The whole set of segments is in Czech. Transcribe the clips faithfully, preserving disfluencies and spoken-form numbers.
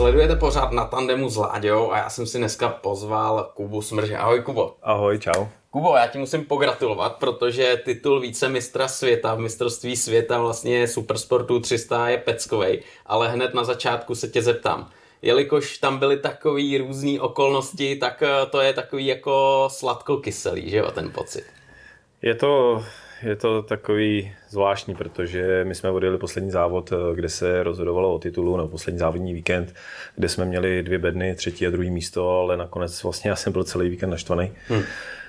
Sledujete pořád Na tandemu s Láďou a já jsem si dneska pozval Kubu Smrže. Ahoj Kubo. Ahoj, čau. Kubo, já ti musím pogratulovat, protože titul vícemistra světa v mistrovství světa vlastně Supersportu tři sta je peckovej, ale hned na začátku se tě zeptám. Jelikož tam byly takový různý okolnosti, tak to je takový jako sladkokyselý, že jo, ten pocit. Je to, je to takový zvláštní, protože my jsme odjeli poslední závod, kde se rozhodovalo o titulu, no poslední závodní víkend, kde jsme měli dvě bedny, třetí a druhý místo, ale nakonec vlastně já jsem byl celý víkend naštvaný. Hmm.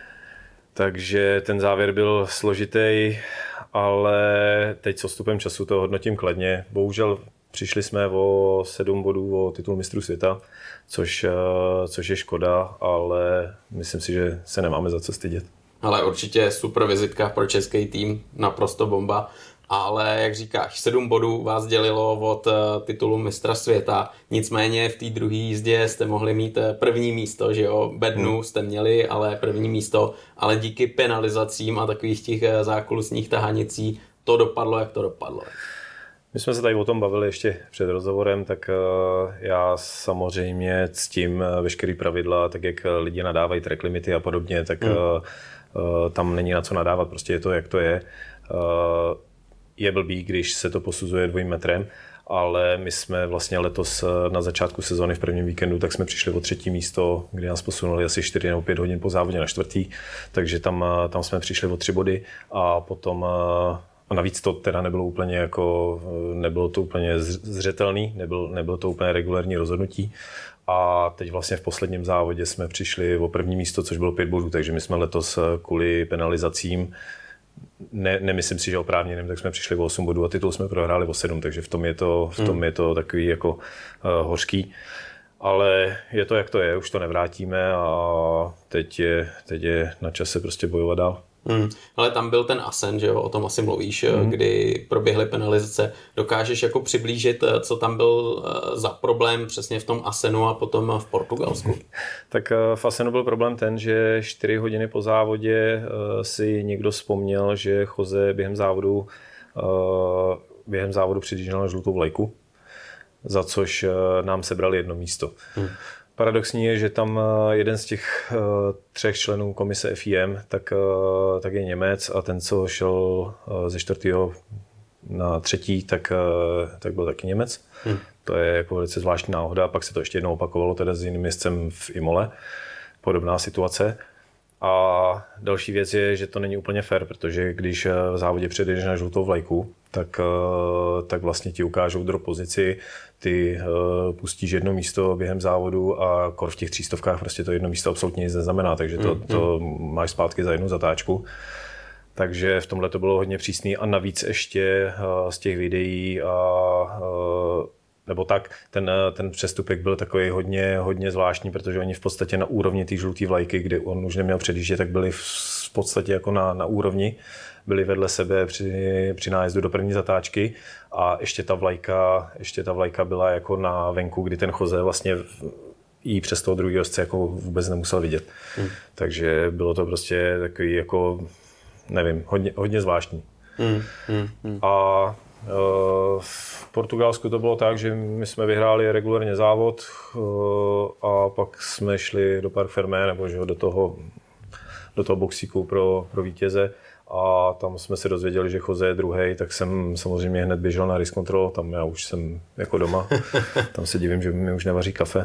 Takže ten závěr byl složitý, ale teď s odstupem času to hodnotím kladně. Bohužel přišli jsme o sedm bodů o titul mistrů světa, což, což je škoda, ale myslím si, že se nemáme za co stydět. Ale určitě super vizitka pro český tým, naprosto bomba. Ale jak říkáš, sedm bodů vás dělilo od titulu mistra světa, nicméně v té druhé jízdě jste mohli mít první místo, že jo, bednu hmm. jste měli, ale první místo, ale díky penalizacím a takových těch zákulisních tahanicí to dopadlo, jak to dopadlo. My jsme se tady o tom bavili ještě před rozhovorem, tak já samozřejmě ctím veškerý pravidla, tak jak lidi nadávají track limity a podobně, tak hmm. tam není na co nadávat, prostě je to, jak to je. Je blbý, když se to posuzuje dvojím metrem, ale my jsme vlastně letos na začátku sezóny v prvním víkendu, tak jsme přišli o třetí místo, kdy nás posunuli asi čtyři nebo pět hodin po závodě na čtvrtý, takže tam, tam jsme přišli o tři body a potom a navíc to teda nebylo úplně jako, nebylo to úplně zřetelný, nebyl, nebylo to úplně regulární rozhodnutí. A teď vlastně v posledním závodě jsme přišli o první místo, což bylo pět bodů, takže my jsme letos kvůli penalizacím, ne, nemyslím si, že oprávněným, tak jsme přišli o osm bodů a titul jsme prohráli o sedm, takže v tom je to, v tom je to takový jako uh, hořký. Ale je to, jak to je, už to nevrátíme a teď je, teď je na čase prostě bojovat dál. Hmm. Ale tam byl ten Assen, že jo, o tom asi mluvíš, hmm. kdy proběhly penalizace. Dokážeš jako přiblížit, co tam byl za problém přesně v tom Assenu a potom v Portugalsku? Tak v Assenu byl problém ten, že čtyři hodiny po závodě si někdo vzpomněl, že Jose během závodu během závodu přidížel na žlutou vlajku, za což nám sebrali jedno místo. Hmm. Paradoxní je, že tam jeden z těch třech členů komise F I M, tak, tak je Němec a ten, co šel ze čtvrtého na třetí, tak, tak byl taky Němec. Hmm. To je jako velice zvláštní náhoda. Pak se to ještě jednou opakovalo teda s jiným jezdcem v Imole. Podobná situace. A další věc je, že to není úplně fair, protože když v závodě předjedeš na žlutou vlajku, tak, tak vlastně ti ukážou drop pozici, ty pustíš jedno místo během závodu a kor v těch třístovkách prostě to jedno místo absolutně nic neznamená, takže to, to máš zpátky za jednu zatáčku. Takže v tomhle to bylo hodně přísný a navíc ještě z těch videí a nebo tak, ten, ten přestupek byl takový hodně, hodně zvláštní, protože oni v podstatě na úrovni té žluté vlajky, kdy on už neměl předjíždět, tak byli v podstatě jako na, na úrovni, byli vedle sebe při, při nájezdu do první zatáčky a ještě ta vlajka, ještě ta vlajka byla jako na venku, kdy ten Jose vlastně jí přes toho druhého jezdce jako vůbec nemusel vidět. Hmm. Takže bylo to prostě takový jako, nevím, hodně, hodně zvláštní. Hmm. Hmm. Hmm. A v Portugalsku to bylo tak, že my jsme vyhráli regulárně závod a pak jsme šli do Parc Fermé nebo že do toho, do toho boxíku pro, pro vítěze a tam jsme se dozvěděli, že Jose je druhej, tak jsem samozřejmě hned běžel na race control, tam já už jsem jako doma, tam se divím, že mi už nevaří kafe.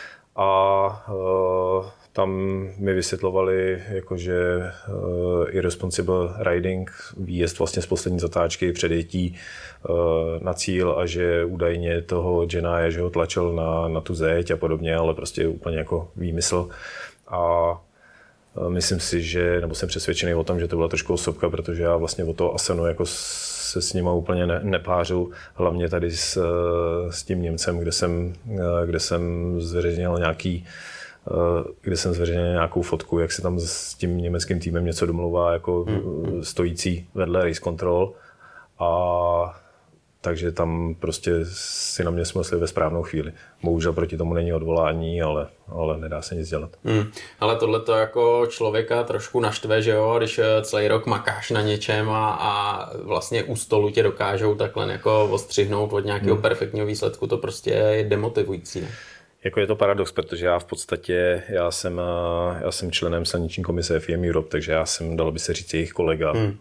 A uh, tam mi vysvětlovali, jakože uh, irresponsible riding, výjezd vlastně z poslední zatáčky, předjetí uh, na cíl a že údajně toho Jena je, že ho tlačil na, na tu zeď a podobně, ale prostě úplně jako výmysl. A uh, myslím si, že, nebo jsem přesvědčený o tom, že to byla trošku osobka, protože já vlastně o toho Assenu jako se s nima úplně ne, nepářu, hlavně tady s, s tím Němcem, kde jsem, kde jsem zveřejnil nějaký kde jsem zveřejnil nějakou fotku, jak se tam s tím německým týmem něco domluvá jako hmm. stojící vedle race control a takže tam prostě si na mě smysli ve správnou chvíli. Bohužel proti tomu není odvolání, ale, ale nedá se nic dělat. Hmm. Ale tohle to jako člověka trošku naštve, že jo, když celý rok makáš na něčem a, a vlastně u stolu tě dokážou takhle jako ostřihnout od nějakého hmm. perfektního výsledku, to prostě je demotivující. Ne? Jako je to paradox, protože já v podstatě, já jsem, já jsem členem silniční komise F I M Europe, takže já jsem, dalo by se říct, jejich kolega. Hmm.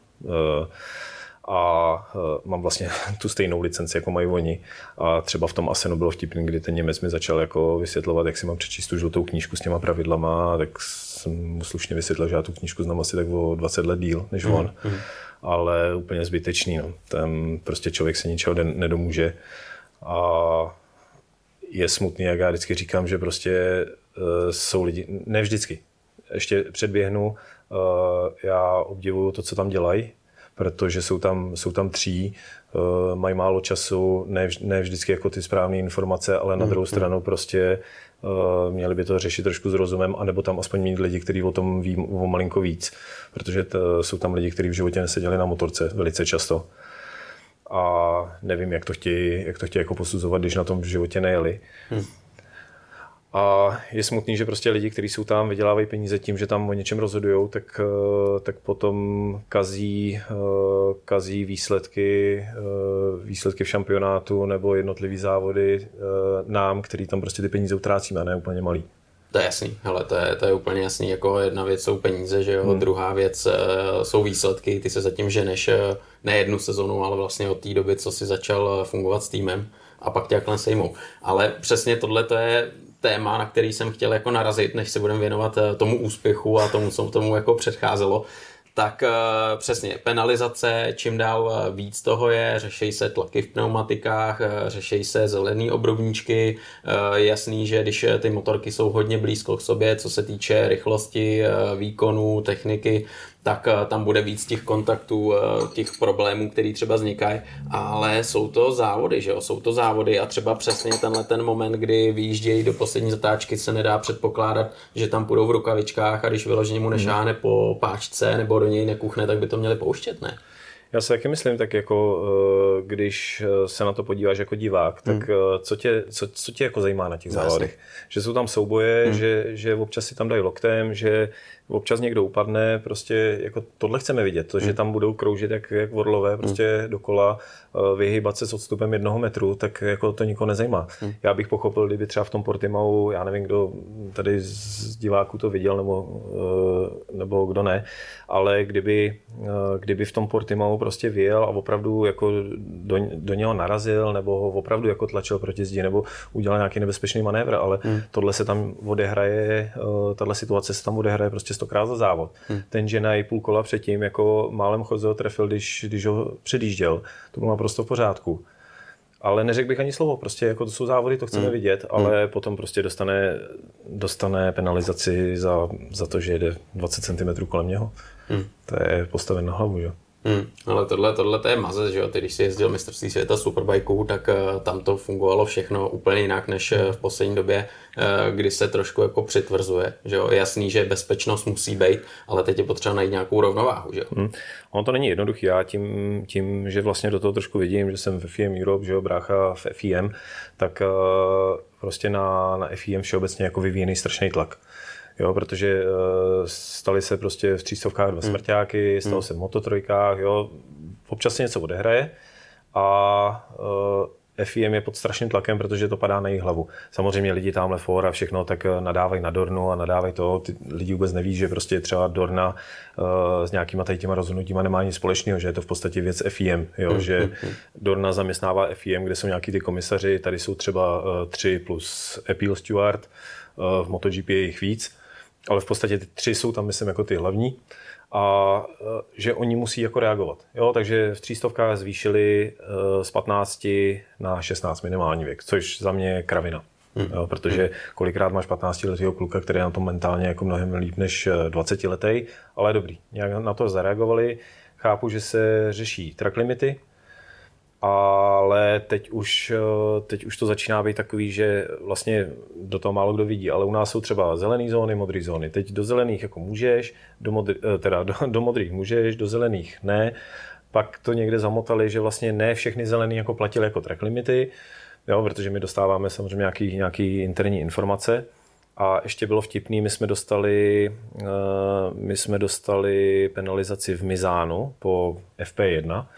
A mám vlastně tu stejnou licenci, jako mají oni. A třeba v tom Asenu bylo vtipný, kdy ten Němec mi začal jako vysvětlovat, jak si mám přečíst tu žlutou knížku s těma pravidlama, tak jsem mu slušně vysvětlil, že já tu knížku znám asi tak o dvacet let díl než on. Mm. Ale úplně zbytečný. No. Tam prostě člověk se ničeho nedomůže. A je smutný, jak já vždycky říkám, že prostě uh, jsou lidi, ne vždycky, ještě předběhnu, uh, já obdivuju to, co tam dělají, protože jsou tam, jsou tam tří, uh, mají málo času, ne, ne vždycky jako ty správné informace, ale na druhou mm, stranu prostě uh, měli by to řešit trošku s rozumem, anebo tam aspoň mít lidi, kteří o tom ví o malinko víc, protože to, jsou tam lidi, kteří v životě neseděli na motorce velice často. A nevím, jak to chtějí, jak to chtějí jako posuzovat, když na tom v životě nejeli. Hmm. A je smutný, že prostě lidi, kteří jsou tam, vydělávají peníze tím, že tam o něčem rozhodujou, tak, tak potom kazí, kazí výsledky, výsledky v šampionátu nebo jednotlivý závody nám, který tam prostě ty peníze utrácíme, a ne úplně malý. To je jasný, hele, to je, to je úplně jasný, jako jedna věc jsou peníze, že jo, hmm. druhá věc uh, jsou výsledky, ty se zatím ženeš uh, ne jednu sezonu, ale vlastně od té doby, co si začal fungovat s týmem a pak tě jakhle sejmou. Ale přesně tohle to je téma, na který jsem chtěl jako narazit, než se budeme věnovat uh, tomu úspěchu a tomu, co tomu jako předcházelo. Tak uh, přesně, penalizace, čím dál víc toho je, řešejí se tlaky v pneumatikách, uh, řešejí se zelený obrubníčky, uh, je jasný, že když ty motorky jsou hodně blízko k sobě, co se týče rychlosti, uh, výkonu, techniky, tak uh, tam bude víc těch kontaktů, uh, těch problémů, který třeba vznikají, ale jsou to závody, že jo, jsou to závody a třeba přesně tenhle ten moment, kdy vyjíždějí do poslední zatáčky, se nedá předpokládat, že tam půjdou v rukavičkách a když vyloženě mu nešáhne po páčce nebo do něj nekuchne, tak by to měli pouštět, ne? Já si taky myslím, tak jako když se na to podíváš jako divák, tak hmm. co, tě, co, co tě jako zajímá na těch závodech? Že jsou tam souboje, hmm. že, že občas si tam dají loktem, že občas někdo upadne, prostě jako tohle chceme vidět, to, že tam budou kroužit jak, jak orlové prostě hmm. dokola, vyhybat se s odstupem jednoho metru, tak jako to nikoho nezajímá. Hmm. Já bych pochopil, kdyby třeba v tom Portimau, já nevím, kdo tady z diváků to viděl, nebo, nebo kdo ne, ale kdyby, kdyby v tom Portimau prostě vyjel a opravdu jako do, do něho narazil, nebo ho opravdu jako tlačil proti zdi, nebo udělal nějaký nebezpečný manévr, ale hmm. tohle se tam odehraje, tahle situace se tam odehraje prostě stokrát za závod. Hmm. Ten ženaj půl kola předtím jako málem Jose ho trefil, když, když ho předjížděl. To bylo naprosto v pořádku. Ale neřekl bych ani slovo, prostě jako to jsou závody, to chceme hmm. vidět, ale hmm. potom prostě dostane, dostane penalizaci za, za to, že jede dvacet centimetrů kolem něho. Hmm. To je postaven na hlavu, jo. Hmm, ale tohle, tohle to je mazec, že jo, ty když jsi jezdil mistrovství světa superbajků, tak uh, tam to fungovalo všechno úplně jinak, než uh, v poslední době, uh, kdy se trošku jako přitvrzuje, že jo, je jasný, že bezpečnost musí být, ale teď je potřeba najít nějakou rovnováhu, že jo. Hmm. Ono to není jednoduchý, já tím, tím, že vlastně do toho trošku vidím, že jsem v F I M Europe, že jo, brácha v F I M, tak uh, prostě na, na F I M všeobecně jako vyvíjený strašný tlak. Jo, protože uh, staly se prostě v třístovkách dva smrťáky, stalo hmm. se v mototrojkách, jo, občas se něco odehraje a uh, F I M je pod strašným tlakem, protože to padá na jejich hlavu. Samozřejmě lidi tamhle for a všechno tak nadávají na Dornu a nadávají to, ty lidi vůbec neví, že prostě třeba Dorna uh, s nějakýma tady těma rozhodnutíma nemá nic společného, že je to v podstatě věc F I M, jo, hmm. že Dorna zaměstnává F I M, kde jsou nějaký ty komisaři, tady jsou třeba uh, tři plus Appeal Steward, uh, v MotoGP je jich víc. Ale v podstatě ty tři jsou tam, myslím, jako ty hlavní a že oni musí jako reagovat. Jo, takže v třístovkách zvýšili z patnácti na šestnáct minimální věk, což za mě je kravina. Hmm. Jo, protože kolikrát máš patnáctiletého kluka, který je na tom mentálně jako mnohem líp než dvacetiletý, ale dobrý, nějak na to zareagovali. Chápu, že se řeší track limity, ale teď už, teď už to začíná být takový, že vlastně do toho málo kdo vidí, ale u nás jsou třeba zelené zóny, modré zóny. Teď do zelených jako můžeš, do, modr, teda do, do modrých můžeš, do zelených ne. pak to někde zamotali, že vlastně ne všechny zelený jako platili jako track limity, jo, protože my dostáváme samozřejmě nějaký, nějaký interní informace. A ještě bylo vtipný, my jsme dostali, my jsme dostali penalizaci v Mizánu po F P jedna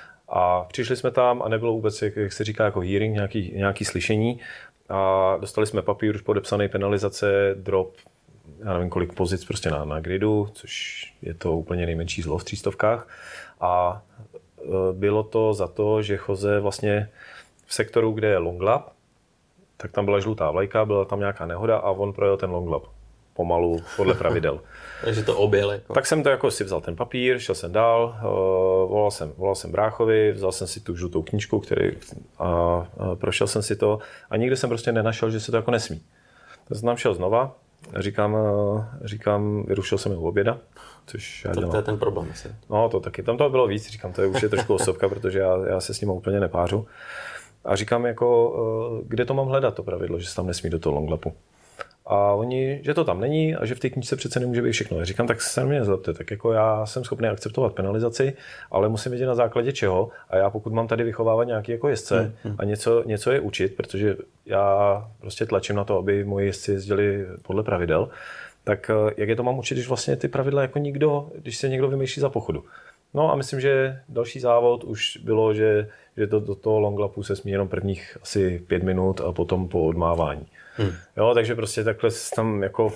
a přišli jsme tam a nebylo vůbec, jak se říká, jako hearing, nějaký, nějaký slyšení a dostali jsme papír už podepsaný penalizace, drop, já nevím kolik pozic prostě na, na gridu, což je to úplně nejmenší zlo v třístovkách a bylo to za to, že Jose vlastně v sektoru, kde je long lap, tak tam byla žlutá vlajka, byla tam nějaká nehoda a on projel ten long lap pomalu podle pravidel. Takže to objel. Jako. Tak jsem to jako si vzal ten papír, šel jsem dál, uh, volal, jsem, volal jsem bráchovi, vzal jsem si tu žlutou knížku, který, a, a prošel jsem si to a nikde jsem prostě nenašel, že se to jako nesmí. Tak jsem tam šel znova, říkám, říkám vyrušil jsem u oběda, což já to, dělám. To je ten problém asi. No to taky, tam toho bylo víc, říkám, to je už je trošku osobka, protože já, já se s ním úplně nepářu. A říkám jako, kde to mám hledat, to pravidlo, že se tam nesmí do toho longlapu. A oni, že to tam není a že v té knížce přece nemůže být všechno. Já říkám, tak se na mě nezlobte, tak jako já jsem schopný akceptovat penalizaci, ale musím vědět na základě čeho. A já pokud mám tady vychovávat nějaký jako jezdce hmm. a něco, něco je učit, protože já prostě tlačím na to, aby moji jezdci jezdili podle pravidel, tak jak je to mám učit, když vlastně ty pravidla jako nikdo, když se někdo vymýšlí za pochodu. No a myslím, že další závod už bylo, že, že to, do toho longlapu se smí jenom prvních asi pět minut a potom po odmávání. Hmm. Jo, takže prostě takhle tam jako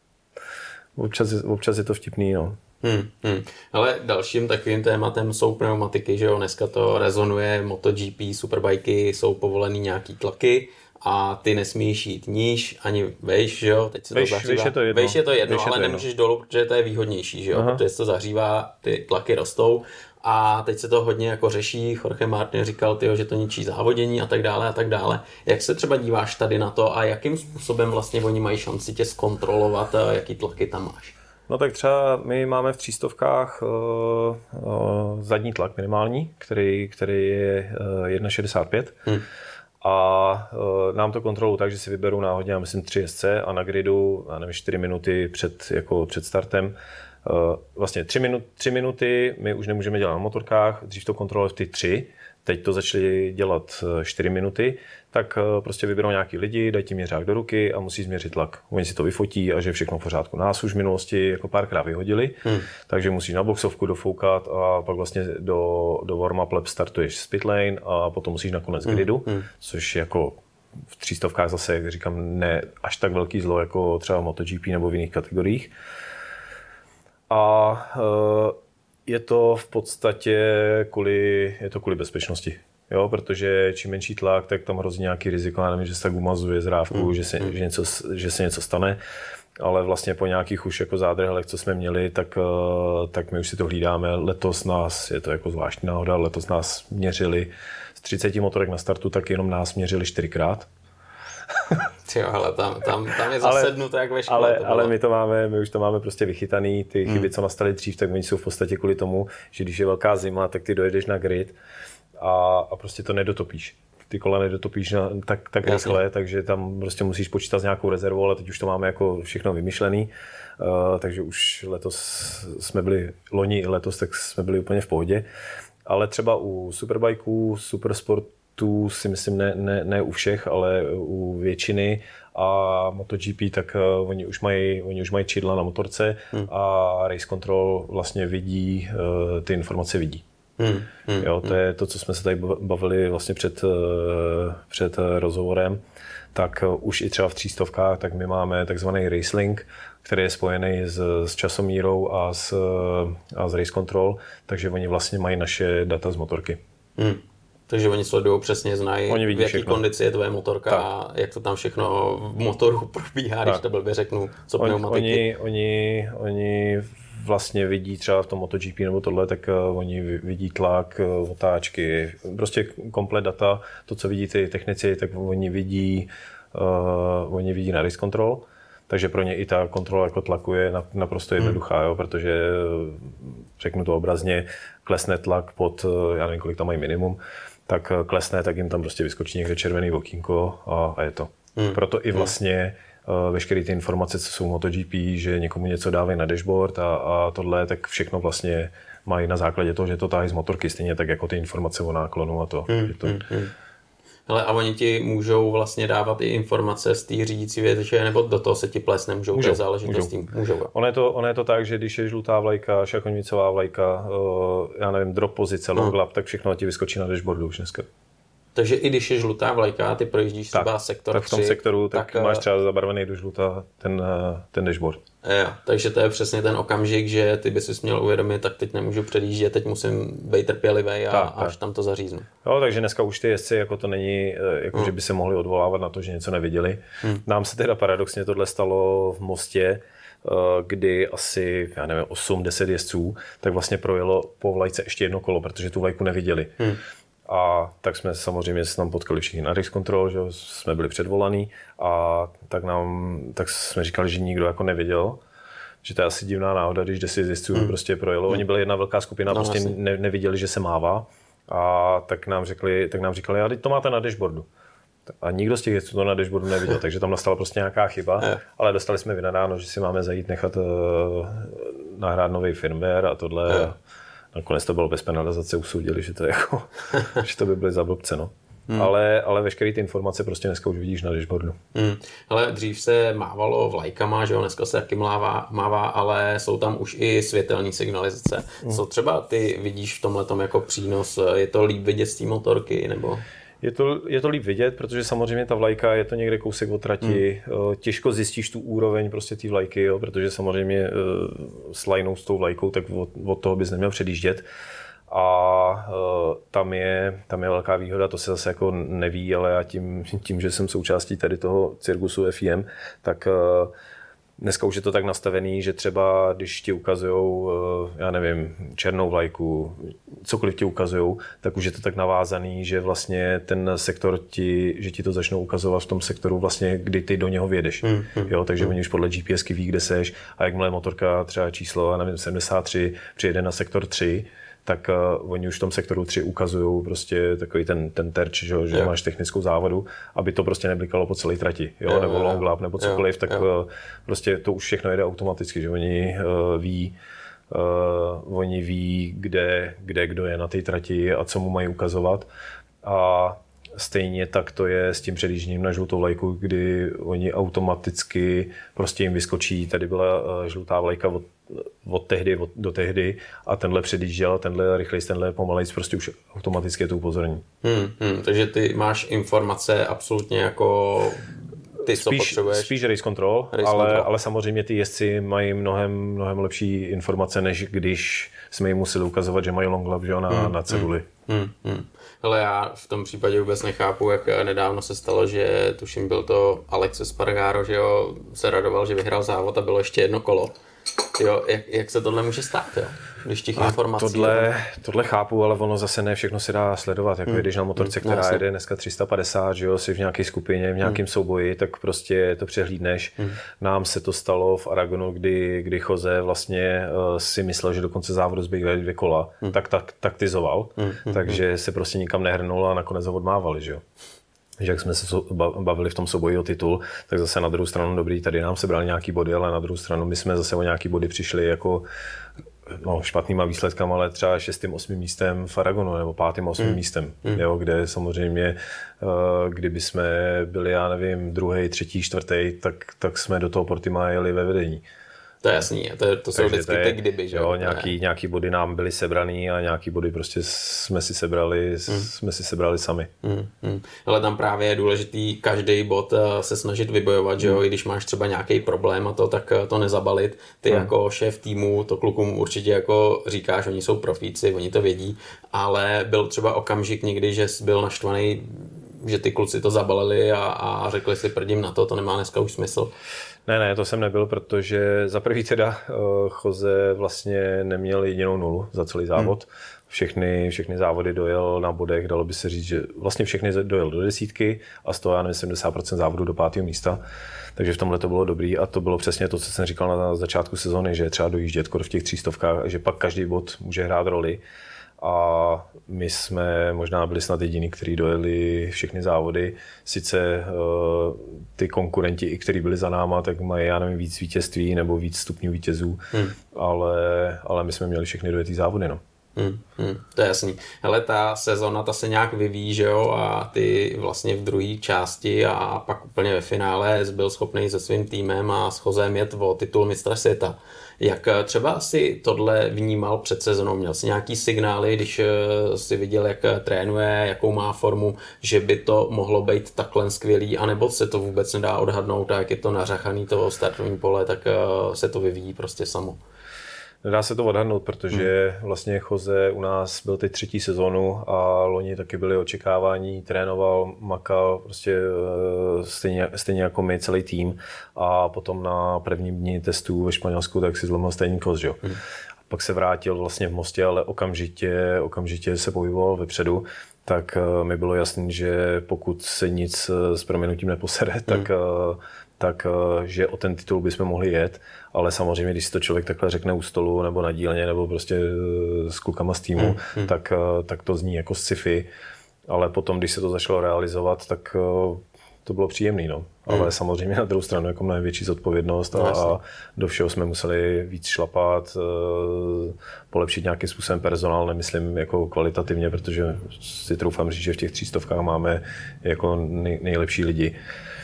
občas, občas je to vtipný, no. Hmm, hmm. Ale dalším takovým tématem jsou pneumatiky, že jo, dneska to rezonuje, MotoGP, superbajky, jsou povolený nějaký tlaky a ty nesmíš jít níž, ani vejš, že jo, teď se vejš, to zahřívá. Vejš je to jedno, vejš je to jedno je ale to jedno. nemůžeš dolů, protože to je výhodnější, že jo, Aha. protože se to zahřívá, ty tlaky rostou a teď se to hodně jako řeší, Jorge Martin říkal, tyjo, že to ničí závodění a tak dále a tak dále. Jak se třeba díváš tady na to a jakým způsobem vlastně oni mají šanci tě zkontrolovat, jaký tlaky tam máš? No tak třeba my máme v třístovkách uh, uh, zadní tlak minimální, který, který je uh, jedna šedesát pět. Hmm. A uh, nám to kontrolují tak, že si vyberou náhodně, já myslím, tři jezdce a na gridu, já nevím, čtyři minuty před, jako před startem. Uh, vlastně tři, minut, tři minuty my už nemůžeme dělat na motorkách, dřív to kontrolovali v ty tři, teď to začali dělat čtyři minuty, tak uh, prostě vyberou nějaký lidi, dají ti měřák do ruky a musí změřit tlak. Oni si to vyfotí a že je všechno v pořádku. Nás už v minulosti jako párkrát vyhodili, hmm. takže musíš na boxovku dofoukat a pak vlastně do, do warm-up lap startuješ z pitlane a potom musíš na konec gridu, hmm. což jako v třístovkách zase, jak říkám, ne až tak velký zlo jako třeba v MotoGP nebo v jiných kategoriích. A uh, je to v podstatě kvůli, je to kvůli bezpečnosti. Jo, protože čím menší tlak, tak tam hrozí nějaký riziko, já nevím, že se tak umazuje zrávku, mm. že, se, že, něco, že se něco stane. Ale vlastně po nějakých už jako zádrhelech, co jsme měli, tak, tak my už si to hlídáme. Letos nás, je to jako zvláštní náhoda, letos nás měřili z třiceti motorek na startu, tak jenom nás měřili čtyřikrát. Jo, ale tam, tam, tam je zasednuto jak ve škole. Ale, ale my to máme, my už to máme prostě vychytaný, ty hmm. chyby, co nastaly dřív, tak oni jsou v podstatě kvůli tomu, že když je velká zima, tak ty dojedeš na grid a, a prostě to nedotopíš. Ty kola nedotopíš na, tak, tak rychle, takže tam prostě musíš počítat s nějakou rezervou, ale teď už to máme jako všechno vymyšlený, uh, takže už letos jsme byli, loni i letos, tak jsme byli úplně v pohodě. Ale třeba u superbajků, supersportů si myslím ne, ne, ne u všech, ale u většiny a MotoGP, tak uh, oni už mají, oni už mají čidla na motorce hmm. a Race Control vlastně vidí, uh, ty informace vidí. Hmm, hmm, jo, to je to, co jsme se tady bavili vlastně před, před rozhovorem, tak už i třeba v třístovkách, tak my máme takzvaný Racelink, který je spojený s, s časomírou a s, a s Race Control, takže oni vlastně mají naše data z motorky. Hmm. Takže oni sledují přesně, znají, v jaké všechno. Kondici je tvoje motorka tak. A jak to tam všechno v motoru probíhá, tak. Když to blbě řeknu, co oni, pneumatiky. Oni, oni, oni vlastně vidí třeba v tom MotoGP nebo tohle, tak uh, oni vidí tlak, uh, otáčky, prostě komplet data, to, co vidí ty technici, tak oni vidí, uh, oni vidí na Race Control, takže pro ně i ta kontrola jako tlaku je naprosto jednoduchá, jo, protože řeknu to obrazně, klesne tlak pod, já nevím, kolik tam mají minimum, tak klesne, tak jim tam prostě vyskočí někde červený okýnko a, a je to. Hmm. Proto i vlastně uh, veškeré ty informace, co jsou v MotoGP, že někomu něco dávají na dashboard a, a tohle, tak všechno vlastně mají na základě toho, že to tahají z motorky, stejně tak jako ty informace o náklonu a to. Hmm, že to... Hmm, hmm. Hele, a oni ti můžou vlastně dávat i informace z té řídící věže, nebo do toho se ti ples nemůžou, můžou, to je záležitost tím. Můžou. Ono je, to, ono je to tak, že když je žlutá vlajka, šakonicová vlajka, uh, já nevím, drop pozice, long lap, tak všechno ti vyskočí na dashboardu už dneska. Takže i když je žlutá vlajka, ty projíždíš třeba tak, sektor tak v tom tři, sektoru tak, tak máš třeba zabarvený do žlutá ten, ten dashboard. Jo, takže to je přesně ten okamžik, že ty bys měl uvědomit, tak teď nemůžu předjíždět, teď musím být trpělivý a tak, až tak. tam to zaříznu. Jo, takže dneska už ty jezdci, jako to není, jako hmm. že by se mohli odvolávat na to, že něco neviděli. Hmm. Nám se teda paradoxně tohle stalo v Mostě, kdy asi, já nevím, osm deset jezdců, tak vlastně projelo po vlajce ještě jedno kolo, protože tu vlajku neviděli. Hmm. A tak jsme samozřejmě se tam potkali všichni na race control, že jsme byli předvolaný a tak nám, tak jsme říkali, že nikdo jako nevěděl, že to je asi divná náhoda, když deset jezdců hmm. prostě projelo. Oni byli jedna velká skupina, no, prostě ne, neviděli, že se mává a tak nám řekli, tak nám říkali, a teď to máte na dashboardu. A nikdo z těch jezdců to na dashboardu neviděl, takže tam nastala prostě nějaká chyba, ale dostali jsme vynadáno, že si máme zajít nechat uh, nahrát nový firmware a tohle. Nakonec to bylo bez penalizace, usoudili, že to, je jako, že to by byly za blbce, no. Hmm. Ale, ale veškeré ty informace prostě dneska už vidíš na dashboardu. Hmm. Ale dřív se mávalo vlajkama, že jo, dneska se taky mává, mává, ale jsou tam už i světelní signalizace. Hmm. Co třeba ty vidíš v tomhletom jako přínos? Je to líp vidět z té motorky, nebo... Je to, je to líp vidět, protože samozřejmě ta vlajka je to někde kousek od trati. Hmm. Těžko zjistíš tu úroveň prostě té vlajky, jo, protože samozřejmě s lineou s tou vlajkou, tak od, od toho bys neměl předjíždět. A tam je, tam je velká výhoda, to se zase jako neví, ale já tím, tím, že jsem součástí tady toho cirkusu F I M, tak dneska už je to tak nastavený, že třeba když ti ukazujou, já nevím, černou vlajku, cokoliv ti ukazujou, tak už je to tak navázaný, že vlastně ten sektor ti, že ti to začnou ukazovat v tom sektoru vlastně, kdy ty do něho vjedeš. Mm, mm, jo, takže mm. oni už podle G P S ky ví, kde seš a jakmile motorka třeba číslo, já nevím, sedmdesát tři přijede na sektor tři, tak uh, oni už v tom sektoru tři ukazují prostě takový ten, ten terč, že, že máš technickou závadu, aby to prostě neblikalo po celé trati, jo, jo, nebo jo, long lap, nebo cokoliv, jo, tak jo. Uh, prostě to už všechno jede automaticky, že oni uh, ví, uh, oni ví, kde, kde kdo je na té trati a co mu mají ukazovat. A stejně tak to je s tím předjížděním na žlutou vlajku, kdy oni automaticky prostě jim vyskočí, tady byla uh, žlutá vlajka od od tehdy od, do tehdy a tenhle předjížděl, tenhle rychlejc, tenhle pomalejc, prostě už automaticky je to upozornění. Hmm, hmm, takže ty máš informace absolutně jako ty, co spíš, potřebuješ. Spíš race control, race ale, control, ale samozřejmě ty jezdci mají mnohem, mnohem lepší informace, než když jsme jim museli ukazovat, že mají long lap, že, na, hmm, na ceduli. Hmm, hmm. Hele, já v tom případě vůbec nechápu, jak nedávno se stalo, že tuším byl to Alex Espargaro, že jo, se radoval, že vyhrál závod a bylo ještě jedno kolo. Jo, jak, jak se tohle může stát, jo? Když těch a informací... Tohle, tohle chápu, ale ono zase ne všechno se dá sledovat. Jako hmm. když na motorce, která hmm. jede dneska tři sta padesát, že jo, si v nějaké skupině, v nějakém hmm. souboji, tak prostě to přehlídneš. Hmm. Nám se to stalo v Aragonu, kdy, kdy Jose vlastně uh, si myslel, že do konce závodu zbývají dvě kola, hmm. tak, tak taktizoval, hmm. takže hmm. se prostě nikam nehrnul a nakonec ho odmávali, že jo. Že jak jsme se bavili v tom souboji o titul, tak zase na druhou stranu dobrý, tady nám sebrali nějaký body, ale na druhou stranu my jsme zase o nějaký body přišli jako no, špatnýma výsledkama, ale třeba šestým, osmým místem v Aragonu nebo pátým, osmým mm. místem, mm. jo, kde samozřejmě, kdyby jsme byli, já nevím, druhý, třetí, čtvrtý, tak, tak jsme do toho Portima jeli ve vedení. To je jasný, to, to jsou vždycky ty kdyby, že jo? Nějaký, nějaký body nám byly sebraný a nějaký body prostě jsme si sebrali, mm. jsme si sebrali sami. Mm, mm. Ale tam právě je důležitý každý bod se snažit vybojovat, mm. že jo, i když máš třeba nějaký problém a to, tak to nezabalit. Ty mm. jako šéf týmu, to klukům určitě jako říkáš, oni jsou profíci, oni to vědí, ale byl třeba okamžik někdy, že jsi byl naštvaný, že ty kluci to zabalili a, a řekli si prdím na to, to nemá dneska už smysl. Ne, ne, to jsem nebyl, protože za prvý teda uh, Jose vlastně neměl jedinou nulu za celý závod. Hmm. Všechny, všechny závody dojel na bodech, dalo by se říct, že vlastně všechny dojel do desítky a z toho, já nevím, sedmdesát procent závodu do pátého místa. Takže v tomhle to bylo dobrý a to bylo přesně to, co jsem říkal na začátku sezóny, že je třeba dojíždět kor v těch třístovkách, že pak každý bod může hrát roli. a my jsme možná byli snad jediní, kteří dojeli všechny závody. Sice uh, ty konkurenti, i kteří byli za náma, tak mají, já nevím, víc vítězství nebo víc stupňů vítězů, hmm. ale, ale my jsme měli všechny dojetý závody, no. Hmm, hmm, to je jasný. Hele, ta sezona, ta se nějak vyvíjí, že jo, a ty vlastně v druhé části a pak úplně ve finále byl schopný se svým týmem a s Chozem jet o titul mistra světa. Jak třeba si tohle vnímal před sezonou? Měl jsi nějaký signály, když si viděl, jak trénuje, jakou má formu, že by to mohlo být takhle skvělý, anebo se to vůbec nedá odhadnout a jak je to nařachaný to startovní pole, tak se to vyvíjí prostě samo? Nedá se to odhadnout, protože hmm. vlastně Jose u nás byl teď třetí sezónu a loni taky byly očekávání, trénoval, makal, prostě stejně, stejně jako my, celý tým, a potom na prvním dni testů ve Španělsku tak si zlomil stejný kost, jo. Hmm. Pak se vrátil vlastně v Mostě, ale okamžitě, okamžitě se pohyboval vepředu, tak mi bylo jasný, že pokud se nic s proměnutím neposede, hmm. tak tak že o ten titul bychom mohli jet, ale samozřejmě, když si to člověk takhle řekne u stolu nebo na dílně nebo prostě s klukama z týmu, mm, mm. Tak, tak to zní jako sci-fi, ale potom, když se to začalo realizovat, tak to bylo příjemný, no. Ale mm. samozřejmě na druhou stranu jako mnohem větší zodpovědnost a, a do všeho jsme museli víc šlapat, polepšit nějakým způsobem personál, nemyslím jako kvalitativně, protože si troufám říct, že v těch třístovkách máme jako nej, nejlepší lidi.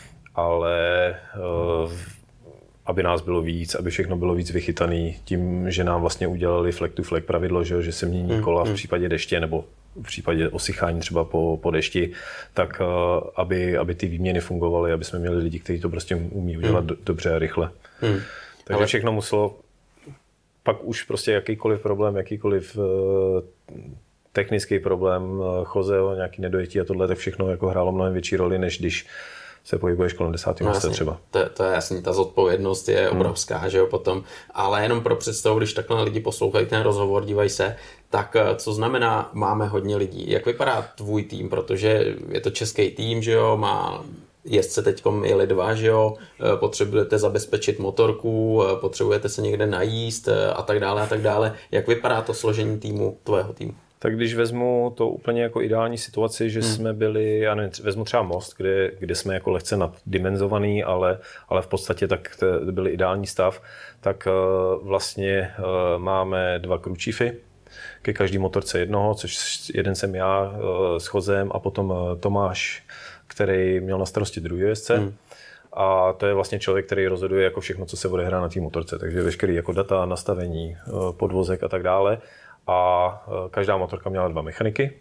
Ale uh, aby nás bylo víc, aby všechno bylo víc vychytaný, tím, že nám vlastně udělali flag to flag pravidlo, že, že se mění kola v případě deště nebo v případě osychání třeba po, po dešti, tak uh, aby, aby ty výměny fungovaly, aby jsme měli lidi, kteří to prostě umí udělat hmm. dobře a rychle. Hmm. Takže Ale... všechno muselo, pak už prostě jakýkoliv problém, jakýkoliv uh, technický problém, uh, Joseho, nějaký nedojetí a tohle, tak všechno jako hrálo mnohem větší roli, než když se pohybuješ kolem desátého místa no, třeba. To, to je jasný, ta zodpovědnost je hmm. obrovská, že jo, potom. Ale jenom pro představu, když takhle lidi poslouchají ten rozhovor, dívají se, tak co znamená, máme hodně lidí. Jak vypadá tvůj tým, protože je to český tým, že jo, má jezdce teďkom jeli dva, že jo, potřebujete zabezpečit motorku, potřebujete se někde najíst a tak dále a tak dále. Jak vypadá to složení týmu, tvého týmu? Tak když vezmu to úplně jako ideální situaci, že hmm. jsme byli, já nevím, vezmu třeba Most, kde, kde jsme jako lehce naddimenzovaný, ale, ale v podstatě tak to byl ideální stav, tak uh, vlastně uh, máme dva crew chiefy, ke každý motorce jednoho, což jeden jsem já uh, s Chozem a potom uh, Tomáš, který měl na starosti druhý jezdce. Hmm. A to je vlastně člověk, který rozhoduje jako všechno, co se odehrá na té motorce, takže veškerý jako data, nastavení, uh, podvozek a tak dále. A každá motorka měla dva mechaniky.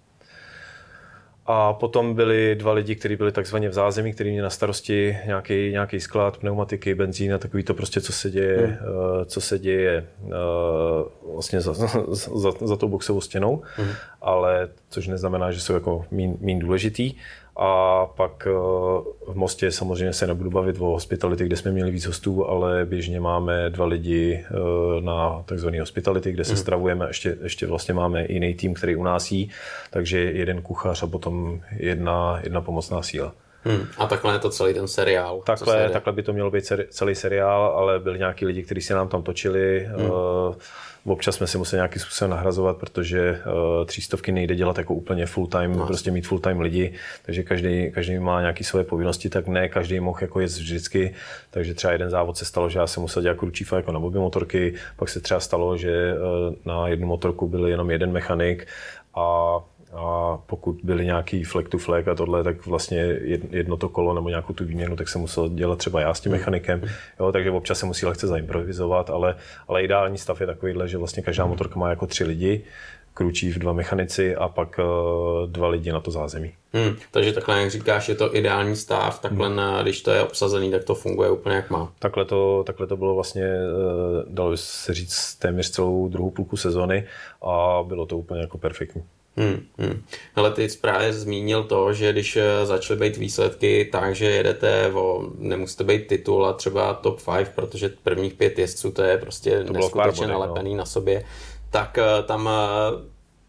A potom byli dva lidi, kteří byli takzvaně v zázemí, kteří měli na starosti nějaký, nějaký sklad, pneumatiky, benzín a takový to prostě, co se děje, hmm. co se děje vlastně za, za, za tou boxovou stěnou, hmm. ale což neznamená, že jsou jako mín, mín důležitý. A pak v Mostě samozřejmě se nebudu bavit o hospitality, kde jsme měli víc hostů, ale běžně máme dva lidi na takzvaný hospitality, kde se hmm. stravujeme. Ještě, ještě vlastně máme jiný tým, který u nás jí, takže jeden kuchař a potom jedna, jedna pomocná síla. Hmm. A takhle je to celý ten seriál? Takhle, takhle by to mělo být seri- celý seriál, ale byli nějaký lidi, kteří se nám tam točili. Hmm. Uh, občas jsme si museli nějakým způsobem nahrazovat, protože uh, třístovky nejde dělat jako úplně full time, no. prostě mít full time lidi, takže každý, každý má nějaké svoje povinnosti, tak ne každý mohl jako jet vždycky, takže třeba jeden závod se stalo, že já jsem musel dělat crew chiefa jako na obě motorky, pak se třeba stalo, že uh, na jednu motorku byl jenom jeden mechanik a A pokud byly nějaký flag to flag a tohle, tak vlastně jedno to kolo nebo nějakou tu výměnu, tak se musel dělat třeba já s tím mechanikem. Jo, takže občas se musí lehce zaimprovizovat, ale, ale ideální stav je takovýhle, že vlastně každá motorka má jako tři lidi, crew chief, dva mechanici a pak uh, dva lidi na to zázemí. Hmm, takže takhle, jak říkáš, je to ideální stav, takhle hmm. na, když to je obsazený, tak to funguje úplně jak má. Takhle to, takhle to bylo vlastně, uh, dalo se říct, téměř celou druhou půlku sezony a bylo to úplně jako perfektní. Hmm, hmm. Hele, ty právě zmínil to, že když začaly být výsledky, takže jedete o, nemusíte být titul a třeba top pět, protože prvních pět jezdců to je prostě to neskutečně nalepený no. na sobě, tak tam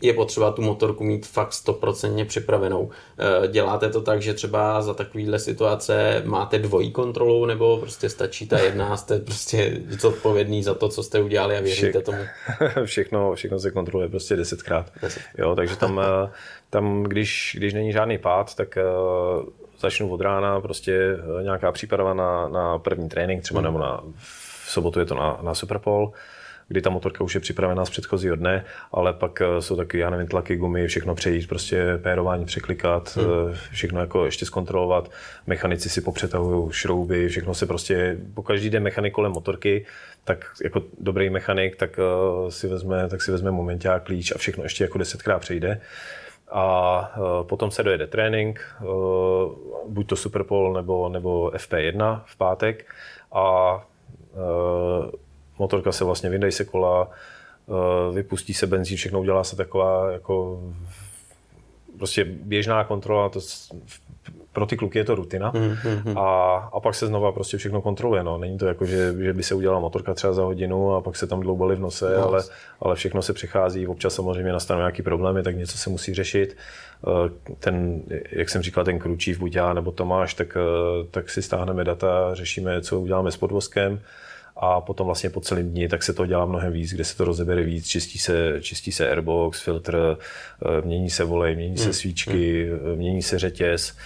je potřeba tu motorku mít fakt stoprocentně připravenou. Děláte to tak, že třeba za takovýhle situace máte dvojí kontrolu, nebo prostě stačí ta jedna, jste prostě zodpovědný za to, co jste udělali a věříte tomu? Všechno, všechno se kontroluje prostě desetkrát. Deset. Jo, takže tam, tam když, když není žádný pád, tak začnu od rána, prostě nějaká příprava na, na první trénink, třeba hmm. nebo na, v sobotu je to na, na Superpole, kdy ta motorka už je připravená z předchozího dne, ale pak jsou taky, já nevím, tlaky gumy, všechno přejít, prostě pérování překlikat, hmm. všechno jako ještě zkontrolovat, mechanici si popřetahují šrouby, všechno se prostě, po každý den mechanik kolem motorky, tak jako dobrý mechanik, tak si vezme, tak si vezme momenták, klíč a všechno ještě jako desetkrát přejde. A potom se dojede trénink, buď to Superpole nebo, nebo F P jedna v pátek a motorka se vlastně vydají se kola, vypustí se benzín, všechno udělá se taková jako prostě běžná kontrola, to pro ty kluky je to rutina mm-hmm. a, a pak se znova prostě všechno kontroluje. No. Není to jako, že, že by se udělala motorka třeba za hodinu a pak se tam dloubali v nose, no. ale, ale všechno se přechází, občas samozřejmě nastanou nějaký problémy, tak něco se musí řešit. Ten, jak jsem říkal, ten kručív, buď já nebo Tomáš, tak, tak si stáhneme data, řešíme, co uděláme s podvozkem. A potom vlastně po celém dni tak se to dělá mnohem víc, kde se to rozebere víc, čistí se, čistí se airbox, filtr, mění se volej, mění se svíčky, mm. mění se řetěz,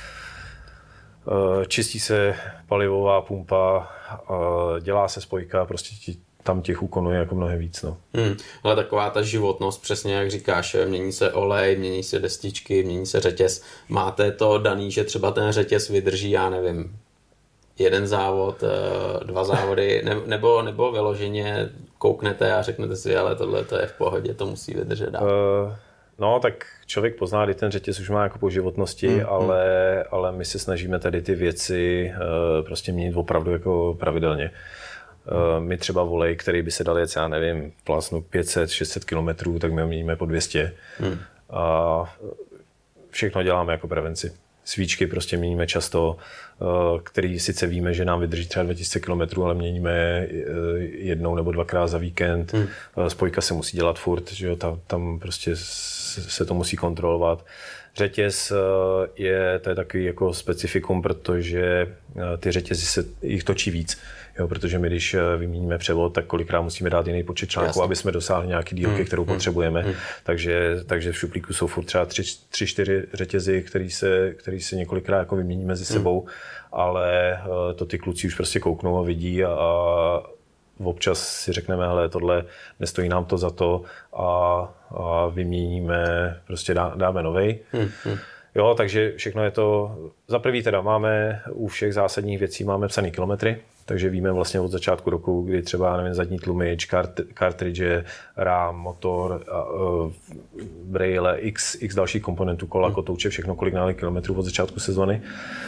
čistí se palivová pumpa, dělá se spojka, prostě tam těch úkonů je jako mnohem víc. No. Hmm, ale taková ta životnost, přesně jak říkáš, mění se olej, mění se destičky, mění se řetěz. Máte to daný, že třeba ten řetěz vydrží, já nevím, jeden závod, dva závody, nebo, nebo vyloženě kouknete a řeknete si, ale tohle to je v pohodě, to musí vydržet dál. Uh, no, tak člověk pozná, kdy ten řetěz už má jako po životnosti, hmm, ale, hmm. ale my se snažíme tady ty věci uh, prostě měnit opravdu jako pravidelně. Uh, my třeba volej, který by se dal jet, já nevím, plásnu pět set šest set kilometrů, tak my ho měníme po dvě stě. Hmm. A všechno děláme jako prevenci. Svíčky prostě měníme často, který sice víme, že nám vydrží třeba dva tisíce kilometrů, ale měníme jednou nebo dvakrát za víkend. Hmm. Spojka se musí dělat furt, že jo, tam, tam prostě se to musí kontrolovat. Řetěz je, to je takový jako specifikum, protože ty řetězy se jich točí víc. Jo, protože my, když vyměníme převod, tak kolikrát musíme dát jiný počet článků, aby jsme dosáhli nějaký dílky, hmm. kterou hmm. potřebujeme. Hmm. Takže, takže v šuplíku jsou furt třeba tři, tři čtyři řetězy, který se, který se několikrát jako vymění mezi sebou, hmm. ale to ty kluci už prostě kouknou a vidí a, a občas si řekneme, hele, tohle nestojí nám to za to a, a vyměníme, prostě dá, dáme novej. Hmm. Hmm. Jo, takže všechno je to, za prvý teda máme u všech zásadních věcí máme psaný kilometry, takže víme vlastně od začátku roku, kdy třeba, nevím, zadní tlumič, kart, kartridže, rám, motor, uh, braille, x, x dalších komponentů, kola, kotouče, všechno, kolik nále kilometrů od začátku sezony,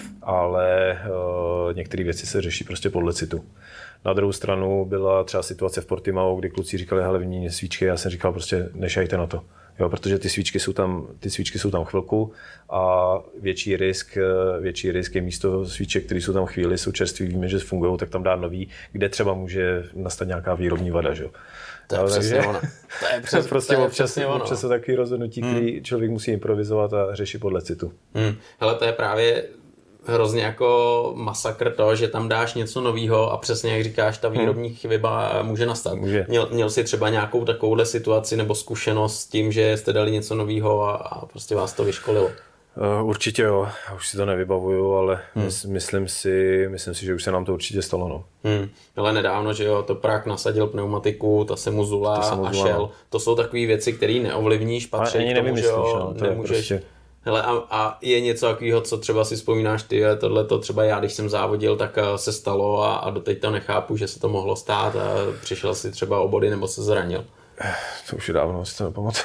ale uh, některé věci se řeší prostě podle citu. Na druhou stranu byla třeba situace v Portimao, kdy kluci říkali, hele, vymění svíčky, já jsem říkal, prostě nešajte na to. Jo, protože ty svíčky jsou tam, ty svíčky jsou tam chvilku a větší risk, větší risk je místo svíček, které jsou tam chvíli, jsou čerství, víme, že fungují, tak tam dát nový, kde třeba může nastat nějaká výrobní vada, že jo. To je přesně ono. To je přes, prostě to je občas, přesně ono. Občas jsou takový rozhodnutí, hmm. který člověk musí improvizovat a řešit podle citu. Hmm. Hele, to je právě hrozně jako masakr to, že tam dáš něco novýho a přesně jak říkáš, ta výrobní chyba může nastat. Může. Měl, měl jsi třeba nějakou takovouhle situaci nebo zkušenost s tím, že jste dali něco novýho a, a prostě vás to vyškolilo? Uh, určitě jo, už si to nevybavuju, ale hmm. myslím, si, myslím si, že už se nám to určitě stalo. No. Hmm. Ale nedávno, že jo, Toprak nasadil pneumatiku, ta se mu zula a šel. No. To jsou takové věci, které neovlivníš, patří k tomu, že jo, no, to nemůžeš... Prostě... Hele, a, a je něco takového, co třeba si vzpomínáš ty, tohle to třeba já, když jsem závodil, tak se stalo a, a doteď to nechápu, že se to mohlo stát a přišel si třeba o body nebo se zranil. To už je dávno, si to nepamatuju.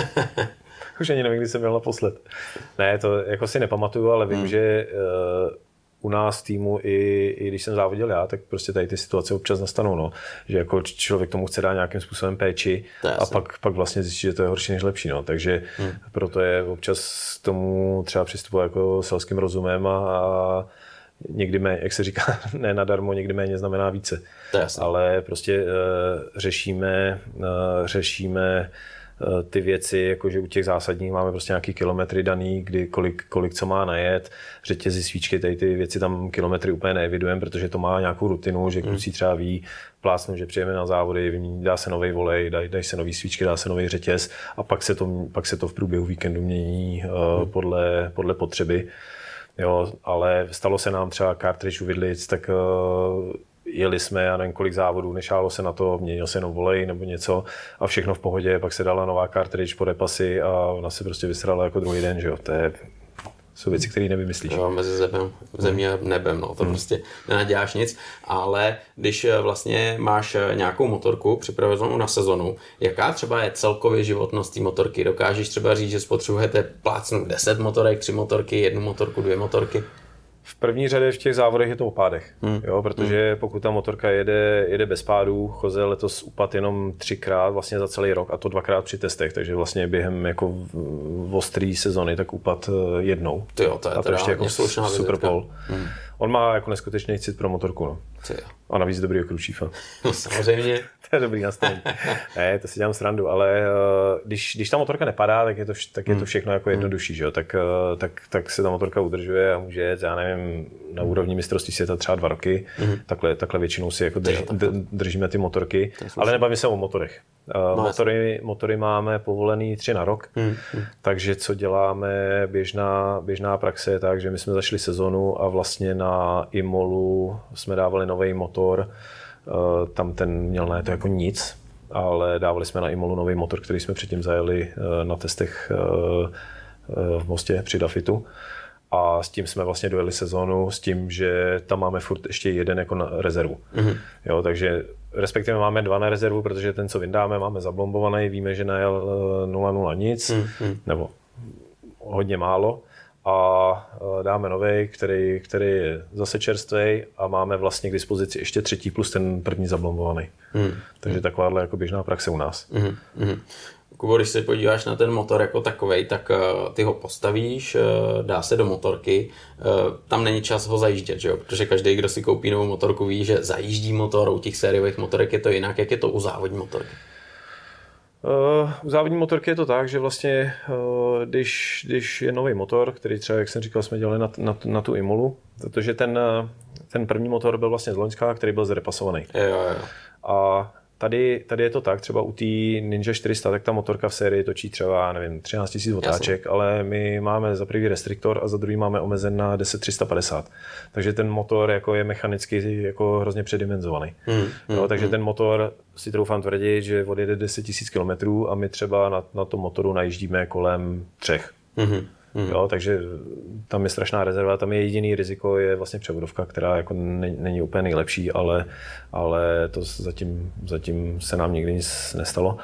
Už ani nevím, kdy jsem měl naposled. Ne, to jako si nepamatuju, ale vím, hmm. že uh, u nás v týmu, i, i když jsem závodil já, tak prostě tady ty situace občas nastanou, no. Že jako člověk tomu chce dát nějakým způsobem péči a pak, pak vlastně zjistí, že to je horší než lepší, no. Takže hmm. proto je občas k tomu třeba přistupovat jako selským rozumem a, a někdy méně, jak se říká, ne nadarmo, někdy méně znamená více. Ale prostě uh, řešíme, uh, řešíme ty věci, jakože u těch zásadních máme prostě nějaký kilometry daný, kdy kolik, kolik co má najet, řetězy, svíčky, tady ty věci tam kilometry úplně neevidujeme, protože to má nějakou rutinu, že kluci třeba ví, plácnu, že přijeme na závody, vymění, dá se nový volej, dá, dají se nový svíčky, dá se nový řetěz a pak se to, pak se to v průběhu víkendu mění uh, podle, podle potřeby. Jo, ale stalo se nám třeba cartridge u vidlic, tak uh, jeli jsme, já nevím kolik závodů, nešálo se na to, měnil se jenom volej nebo něco a všechno v pohodě, pak se dala nová cartridge po repasy a ona se prostě vysrala jako druhý den, že jo, to je, jsou věci, které nevymyslíš. Jo, mezi zemem, zemí a nebem, no, to hmm. prostě nenaděláš nic, ale když vlastně máš nějakou motorku připravenou na sezonu, jaká třeba je celkově životnost té motorky? Dokážeš třeba říct, že spotřebujete plácnu deset motorek, tři motorky, jednu motorku, dvě motorky? V první řadě v těch závodech je to o pádech, hmm. jo, protože hmm. pokud ta motorka jede, jede bez pádů, Jose letos upad jenom třikrát vlastně za celý rok a to dvakrát při testech, takže vlastně během jako v ostrý sezony tak upad jednou. Ty jo, to je a to teda ještě jako Superpole. Hmm. On má jako neskutečný cit pro motorku, no. A navíc dobrýho kručífa. No samozřejmě. To je dobrý nastavení. Ne, to si dělám srandu, ale když, když ta motorka nepadá, tak je to, tak je to všechno jako jednodušší, že jo? Tak, tak, tak se ta motorka udržuje a může jet, já nevím, na úrovni mistrovství světa třeba dva roky. Mm. Takhle, takhle většinou si jako drž, držíme ty motorky, ale nebavíme se o motorech. No, motory, motory máme povolený tři na rok, mm. takže co děláme, běžná, běžná praxe je tak, že my jsme zašli sezonu a vlastně na Imolu jsme dávali nový motor. Tam ten měl na to jako nic, ale dávali jsme na Imolu nový motor, který jsme předtím zajeli na testech v Mostě při Dafitu. A s tím jsme vlastně dojeli sezónu s tím, že tam máme furt ještě jeden jako na rezervu. Mm-hmm. Jo, takže respektive máme dva na rezervu, protože ten, co vyndáme, máme zablombovaný, víme, že najel nula nula nic, mm-hmm. nebo hodně málo. A dáme novej, který, který je zase čerstvej a máme vlastně k dispozici ještě třetí plus ten první zablombovaný. Mm. Takže takováhle jako běžná praxe u nás. Mm. Mm. Kubo, když se podíváš na ten motor jako takovej, tak uh, ty ho postavíš, uh, dá se do motorky, uh, tam není čas ho zajíždět, že jo? Protože každý, kdo si koupí novou motorku, ví, že zajíždí motor, u těch sériových motorek je to jinak, jak je to u závodní motorky? Uh, u závodní motorky je to tak, že vlastně, uh, když, když je nový motor, který třeba, jak jsem říkal, jsme dělali na, na, na tu Imolu, protože ten, ten první motor byl vlastně z loňska, který byl zrepasovaný. Jo, jo, jo. A tady, tady je to tak, třeba u té Ninja čtyři sta, tak ta motorka v sérii točí třeba, nevím, třináct tisíc otáček, Jasně. ale my máme za první restriktor a za druhý máme omezen na deset tři sta padesát. Takže ten motor jako je mechanicky jako hrozně předimenzovaný. Hmm, no, hmm, takže hmm. ten motor si troufám tvrdit, že odjede deset tisíc kilometrů a my třeba na, na tom motoru najíždíme kolem třech. Hmm. Hmm. Jo, takže tam je strašná rezerva, tam je jediný riziko, je vlastně převodovka, která jako není, není úplně nejlepší, ale, ale to zatím, zatím se nám nikdy nic nestalo.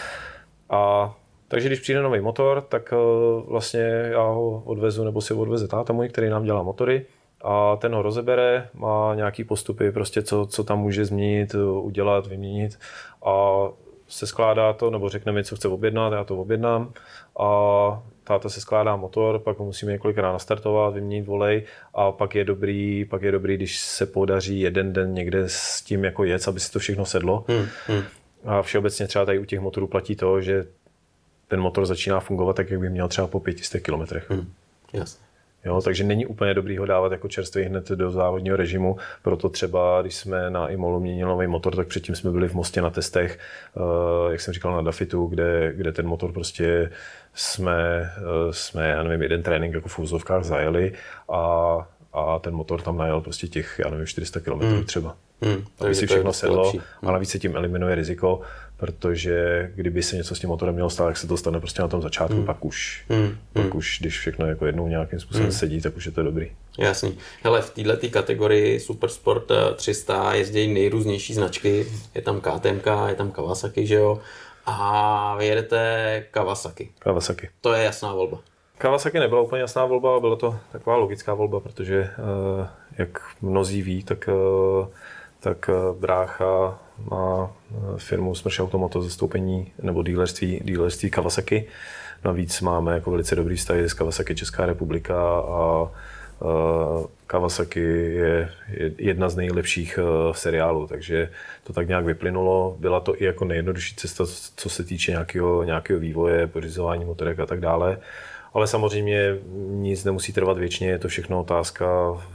A takže když přijde nový motor, tak vlastně já ho odvezu, nebo si ho odveze táta můj, který nám dělá motory, a ten ho rozebere, má nějaký postupy, prostě co, co tam může změnit, udělat, vyměnit a se skládá to, nebo řekne mi, co chce objednat, já to objednám a táta se skládá motor, pak ho musíme několikrát nastartovat, vyměnit volej a pak je dobrý, pak je dobrý, když se podaří jeden den někde s tím jako jet, aby si to všechno sedlo. Hmm, hmm. A všeobecně třeba tady u těch motorů platí to, že ten motor začíná fungovat tak, jak by měl třeba po pěti stech kilometrech. Hmm, jasně. Jo, takže není úplně dobrý ho dávat jako čerstvý hned do závodního režimu, proto třeba, když jsme na Imolu měnili nový motor, tak předtím jsme byli v Mostě na testech, jak jsem říkal, na Dafitu, kde, kde ten motor prostě jsme, jsme, já nevím, jeden trénink jako v úzovkách zajeli a, a ten motor tam najel prostě těch, já nevím, čtyři sta kilometrů hmm. třeba. Hmm, aby si všechno sedlo hmm. a navíc se tím eliminuje riziko, protože kdyby se něco s tím motorem mělo stát, tak se to stane prostě na tom začátku, hmm. pak už, hmm. pak už, když všechno jako jednou nějakým způsobem hmm. sedí, tak už je to dobrý. Jasný. Hele, v této kategorii Supersport tři sta jezdí nejrůznější značky, je tam K T M, je tam Kawasaki, že jo? A vy jedete Kawasaki. Kawasaki. To je jasná volba. Kawasaki nebyla úplně jasná volba, ale byla to taková logická volba, protože jak mnozí ví, tak, tak brácha má firmu Smrš Automoto zastoupení nebo dealerství, dealerství Kawasaki. Navíc máme jako velice dobrý vztah s Kawasaki Česká republika a Kawasaki je jedna z nejlepších v seriálu, takže to tak nějak vyplynulo. Byla to i jako nejjednodušší cesta, co se týče nějakého, nějakého vývoje, pořizování motorek a tak dále. Ale samozřejmě nic nemusí trvat věčně, je to všechno otázka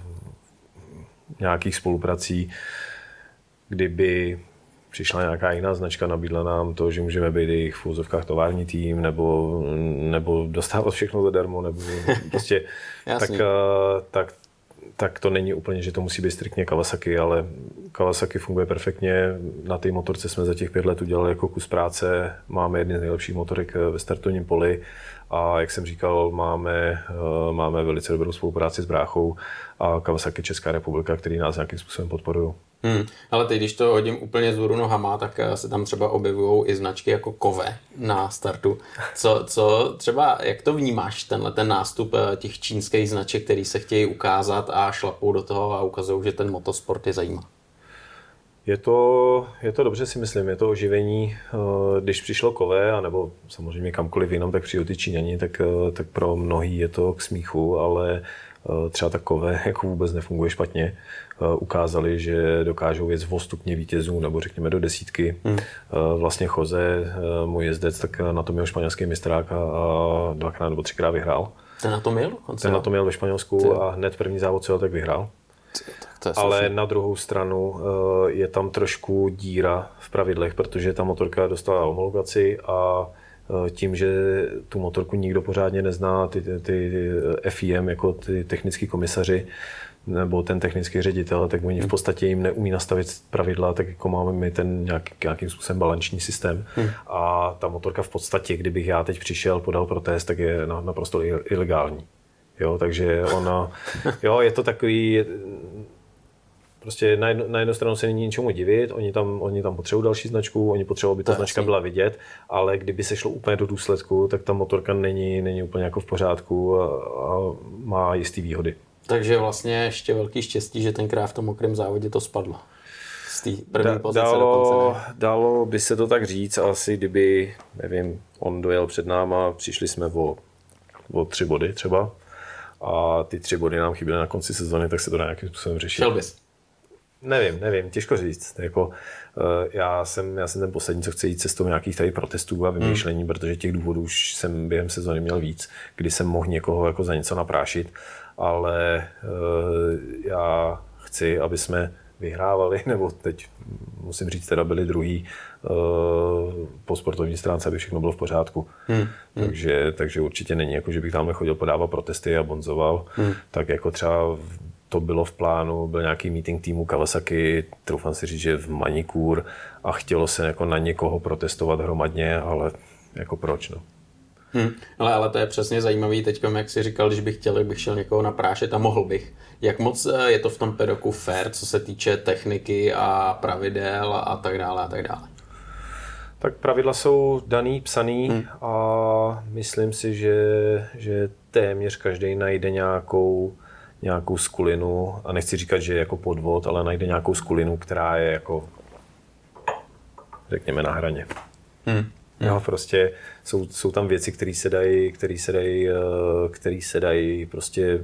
nějakých spoluprací. Kdyby přišla nějaká jiná značka, nabídla nám to, že můžeme být jejich v úzovkách tovární tým, nebo, nebo dostávat všechno zadarmo, nebo prostě tak, tak, tak to není úplně, že to musí být striktně Kawasaki, ale Kawasaki funguje perfektně. Na té motorce jsme za těch pět let udělali jako kus práce, máme jedny z nejlepších motorek ve startovním poli a jak jsem říkal, máme, máme velice dobrou spolupráci s bráchou a Kawasaki Česká republika, který nás nějakým způsobem podporují. Hmm, ale teď, když to hodím úplně z hůru nohama, tak se tam třeba objevují i značky jako Kove na startu. Co, co třeba, jak to vnímáš, tenhle ten nástup těch čínských značek, který se chtějí ukázat a šlapou do toho a ukazují, že ten motosport je zajímá? Je to, je to dobře, si myslím, je to oživení. Když přišlo Kove, anebo samozřejmě kamkoliv jinam, tak přijdou ty Číňani, tak, tak pro mnohý je to k smíchu, ale třeba ta Kove jako vůbec nefunguje špatně. Ukázali, že dokážou jet dvoustupně vítězů, nebo řekněme do desítky. Hmm. Vlastně Jose, můj jezdec, tak na tom měl španělský mistrák a dvakrát nebo třikrát vyhrál. Ten na tom jel? Ten na tom jel ve Španělsku Ty. a hned první závod co tak vyhrál. Ty, Ale slušný. Na druhou stranu je tam trošku díra v pravidlech, protože ta motorka dostala homologaci a tím, že tu motorku nikdo pořádně nezná, ty, ty, ty F I M jako ty technický komisaři nebo ten technický ředitel, tak oni v podstatě jim neumí nastavit pravidla, tak jako máme my ten nějaký, nějakým způsobem balanční systém. Hmm. A ta motorka v podstatě, kdybych já teď přišel, podal protest, tak je naprosto ilegální. Jo, takže ona, jo, je to takový, prostě na jednu, na jednu stranu se není ničemu divit, oni tam, oni tam potřebují další značku, oni potřebují, aby ta značka byla vidět, ale kdyby se šlo úplně do důsledku, tak ta motorka není, není úplně jako v pořádku a, a má jistý výhody. Takže vlastně ještě velký štěstí, že tenkrát v tom mokrém závodě to spadlo. Z té první da, pozice dalo, dokonce ne. Dalo by se to tak říct, asi kdyby, nevím, on dojel před náma, přišli jsme o, o tři body třeba a ty tři body nám chyběly na konci sezóny, tak se to dá nějakým způsobem řešit. Šel bys? Nevím, nevím, těžko říct. Jako, já, jsem, já jsem ten poslední, co chce jít cestou nějakých tady protestů a vymýšlení, hmm. protože těch důvodů už jsem během sezóny měl víc, kdy jsem mohl někoho jako za něco naprášit, ale já chci, aby jsme vyhrávali, nebo teď musím říct, teda byli druhý po sportovní stránce, aby všechno bylo v pořádku. Hmm. Takže, takže určitě není, jako, že bych tam chodil podávat protesty a bonzoval, hmm. tak jako třeba to bylo v plánu, byl nějaký meeting týmu Kawasaki, troufám si říct, že v Manicure a chtělo se jako na někoho protestovat hromadně, ale jako proč, no. Hmm, ale, ale to je přesně zajímavý teď, jak jsi říkal, když bych chtěl, bych šel někoho naprášet a mohl bych. Jak moc je to v tom pedoku fair, co se týče techniky a pravidel a tak dále a tak dále? Tak pravidla jsou daný, psaný hmm. a myslím si, že, že téměř každý najde nějakou nějakou skulinu, a nechci říkat, že je jako podvod, ale najde nějakou skulinu, která je jako, řekněme, na hraně. Hmm. Jo, prostě jsou, jsou tam věci, které se dají, které se dají, které se dají prostě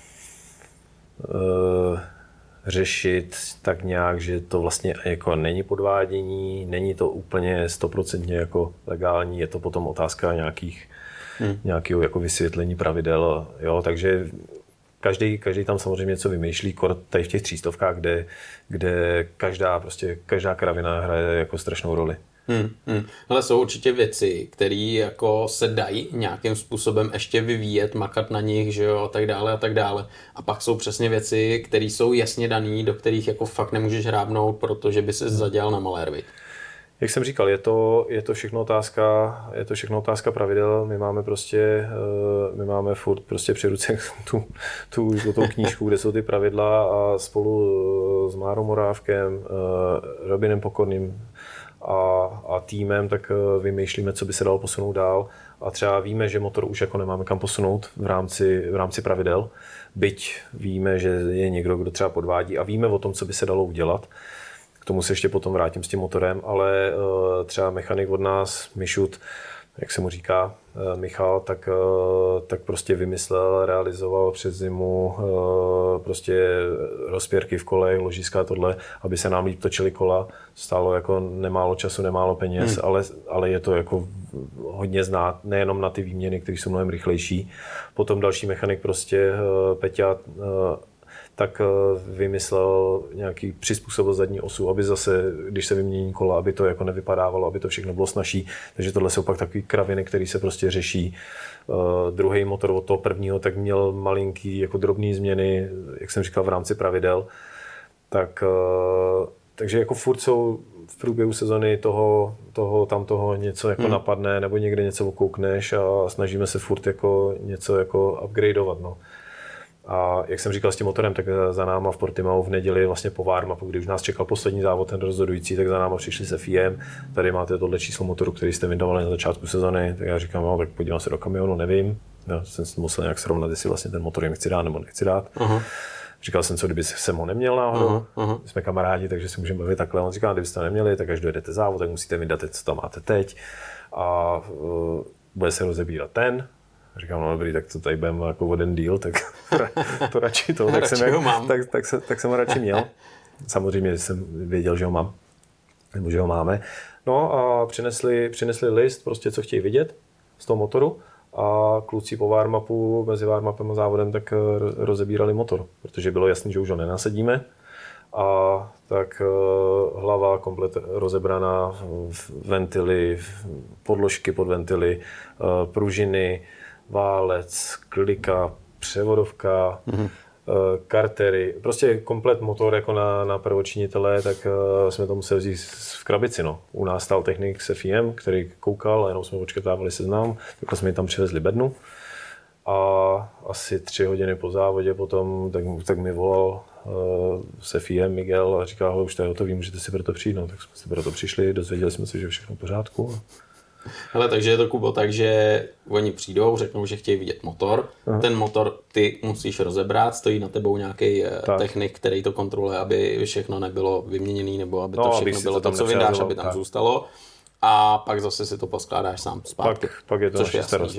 uh, řešit tak nějak, že to vlastně jako není podvádění, není to úplně stoprocentně jako legální, je to potom otázka nějakých, hmm. nějakého jako vysvětlení pravidel, jo, takže Každý, každý tam samozřejmě něco vymýšlí, kor tady v těch třístovkách, kde, kde každá, prostě, každá kravina hraje jako strašnou roli. Hmm, hmm. Ale jsou určitě věci, které jako se dají nějakým způsobem ještě vyvíjet, makat na nich, že jo, a tak dále a tak dále. A pak jsou přesně věci, které jsou jasně dané, do kterých jako fakt nemůžeš hrábnout, protože by se zadělal na malér. Jak jsem říkal, je to, je to všechno otázka, je to všechno otázka pravidel. My máme prostě, my máme furt prostě při ruce tu, tu, tu knížku, kde jsou ty pravidla a spolu s Márou Morávkem, Robinem Pokorným a, a týmem, tak vymýšlíme, co by se dalo posunout dál. A třeba víme, že motor už jako nemáme kam posunout v rámci, v rámci pravidel. Byť víme, že je někdo, kdo třeba podvádí a víme o tom, co by se dalo udělat. K tomu se ještě potom vrátím s tím motorem, ale třeba mechanik od nás, Mišut, jak se mu říká, Michal, tak, tak prostě vymyslel, realizoval přes zimu prostě rozpěrky v kolech, ložiska tohle, aby se nám líp točily kola. Stálo jako nemálo času, nemálo peněz, hmm. ale, ale je to jako hodně znát, nejenom na ty výměny, které jsou mnohem rychlejší. Potom další mechanik prostě, Peťa, tak vymyslel nějaký přizpůsobil zadní osu, aby zase, když se vymění kola, aby to jako nevypadávalo, aby to všechno bylo snazší. Takže tohle jsou pak takový kraviny, které se prostě řeší. Uh, druhý motor od toho prvního tak měl malinký, jako drobný změny, jak jsem říkal, v rámci pravidel. Tak, uh, takže jako furt jsou v průběhu sezony toho, toho tam toho něco jako hmm. napadne, nebo někde něco okoukneš a snažíme se furt jako něco jako upgradeovat. No. A jak jsem říkal s tím motorem, tak za náma v Portimao v neděli vlastně po warm-upu, kdy už nás čekal poslední závod, ten rozhodující, tak za náma přišli se F I em. Tady máte tohle číslo motoru, který jste vydávali na začátku sezony. Tak já říkám, no, tak podívám se do kamionu, nevím. Já jsem si musel nějak srovnat, jestli vlastně ten motor jim chci dát nebo nechci dát. Uh-huh. Říkal jsem, co kdyby jsem ho neměl náhodou. Uh-huh. Uh-huh. Jsme kamarádi, takže si můžeme bavit takhle. On říká, kdybyste ho neměli, tak až dojedete závod, tak musíte mi dát, co tam máte teď. A uh, bude se rozebírat ten. Říkám, no dobrý, tak to tady budeme jako jeden díl, tak to radši to, tak, jsem, jak, tak, tak, se, tak jsem ho radši měl. Samozřejmě jsem věděl, že ho mám, nebo že ho máme. No a přinesli, přinesli list, prostě co chtějí vidět z toho motoru a kluci po warm-upu, mezi warm-upem a závodem, tak rozebírali motor, protože bylo jasný, že už ho nenasadíme. A tak hlava komplet rozebraná, ventily, podložky pod ventily, pružiny, válec, klika, převodovka, mm-hmm. kartery, prostě komplet motor jako na, na prvočinitele, tak jsme to museli vzít v krabici. No. U nás stál technik z F I em, který koukal a jenom jsme odškrtávali seznam, tak jsme ji tam přivezli bednu. A asi tři hodiny po závodě potom tak, tak mi volal uh, z F I em Miguel a říkal, už to je hotový, můžete si pro to přijít. No, tak jsme si pro to přišli, dozvěděli jsme se, že je všechno v pořádku. Hele, takže je to, Kubo, tak, že oni přijdou, řeknou, že chtějí vidět motor. Aha. Ten motor ty musíš rozebrat, stojí na tebou nějaký tak. technik, který to kontroluje, aby všechno nebylo vyměněné, nebo aby to no, všechno bylo to, co vydáš, aby tam tak. zůstalo. A pak zase si to poskládáš sám zpátky. Pak, pak je to naše starost.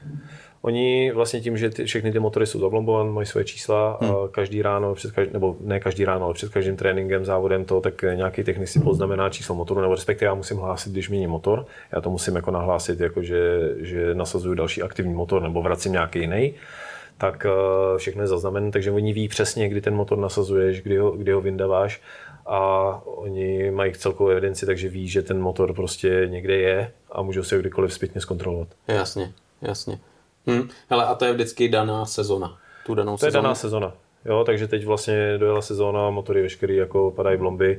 Oni vlastně tím, že ty, všechny ty motory jsou zablombované, mají svoje čísla hmm. a každý ráno, před každý, nebo ne každý ráno, ale před každým tréninkem, závodem to, tak nějaký technik si poznamená číslo motoru, nebo respektive já musím hlásit, když mění motor. Já to musím jako nahlásit, jako že, že nasazuju další aktivní motor nebo vracím nějaký jiný. Tak všechno je zaznamené, takže oni ví přesně, kdy ten motor nasazuješ, kdy ho, kdy ho vyndáváš a oni mají celkovou evidenci, takže ví, že ten motor prostě někde je a můžou si ho kdykoliv zpětně zkontrolovat. Jasně, jasně. Hm. Hele, a to je vždycky daná sezona. Tu danou to sezonu. je daná sezona. Jo, takže teď vlastně dojela sezóna, motory veškerý jako padají blomby.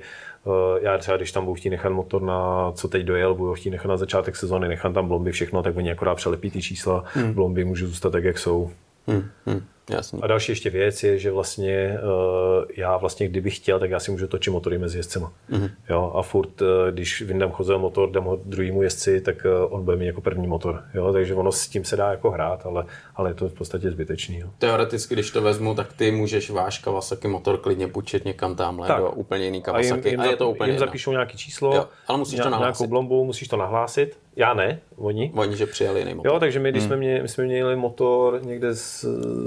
Já třeba, když tam budu chtít nechat motor na co teď dojel, budu chtít nechat na začátek sezóny, nechám tam blomby, všechno, tak oni akorát přelepí ty čísla, hmm. blomby můžou zůstat tak, jak jsou. Hmm. Hmm. Jasně. A další ještě věc je, že vlastně uh, já vlastně, kdybych chtěl, tak já si můžu točit motory mezi jezdcema. Mm-hmm. Jo, a furt, uh, když vyndám Joseho motor, dám ho druhému jezdci, tak uh, on bude mít jako první motor. Jo, takže ono s tím se dá jako hrát, ale, ale je to v podstatě zbytečný. Jo. Teoreticky, když to vezmu, tak ty můžeš váš Kawasaki motor klidně půjčit někam tamhle tak. do úplně jiný Kawasaki. A, jim, jim, a je to úplně jim zapíšou nějaké číslo, jo, ale musíš to nahlásit. Nějakou blombu, musíš to nahlásit. Já ne, oni. Oni, že přijali jiný motor. Jo, takže my, když hmm. jsme, měli, my jsme měli motor někde z,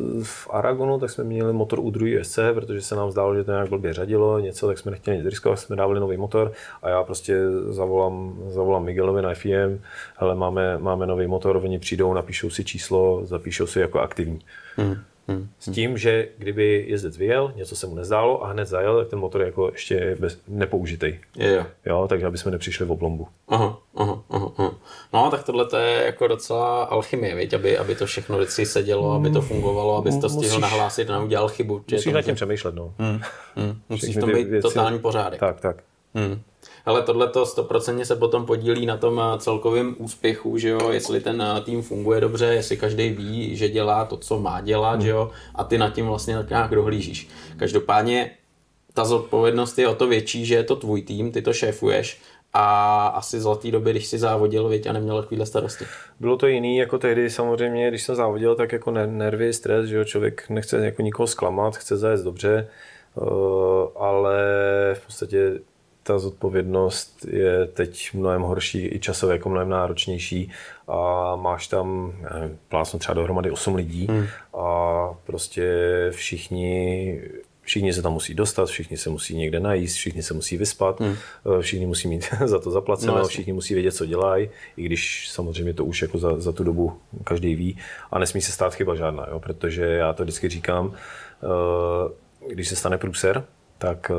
v Aragonu, tak jsme měli motor u druhé S C, protože se nám zdálo, že to nějak blbě řadilo, něco, tak jsme nechtěli nic riskovat, jsme dávali nový motor a já prostě zavolám, zavolám Miguelovi na F I em, hele, máme, máme nový motor, oni přijdou, napíšou si číslo, zapíšou si jako aktivní. Hmm. Hmm. S tím, že kdyby jezdec vyjel, něco se mu nezdálo a hned zajel, tak ten motor je jako ještě bez, nepoužitej. Jo. Jo, takže aby jsme nepřišli v oblombu. Aha, aha, aha, aha. No, tak tohle to je jako docela alchymie, viď? Aby, aby to všechno vždycky sedělo, aby to fungovalo, abys to stihl musíš, nahlásit a neudělal chybu. Musíš nad tím přemýšlet, no. Hmm. Hmm. Musíš v tom být věci, totální pořádek. Tak, tak. Hmm. Ale tohleto sto procent se potom podílí na tom celkovém úspěchu, že jo, jestli ten tým funguje dobře, jestli každý ví, že dělá to, co má dělat, hmm. že jo, a ty nad tím vlastně tak nějak dohlížíš. Každopádně ta zodpovědnost je o to větší, že je to tvůj tým, ty to šéfuješ a asi zlatý doby, když jsi závodil, viď, a neměl takovýhle starosti. Bylo to jiný, jako tehdy samozřejmě, když jsem závodil, tak jako nervy, stres, že jo, člověk nechce jako nikoho zklamat, chce zajet dobře, ale v podstatě ta zodpovědnost je teď mnohem horší, i časově jako mnohem náročnější a máš tam, nevím, plásnu třeba dohromady osm lidí hmm. a prostě všichni, všichni se tam musí dostat, všichni se musí někde najíst, všichni se musí vyspat, hmm. všichni musí mít za to zaplaceno, no, všichni musí vědět, co dělají, i když samozřejmě to už jako za, za tu dobu každý ví a nesmí se stát chyba žádná, jo, protože já to vždycky říkám, když se stane průser, tak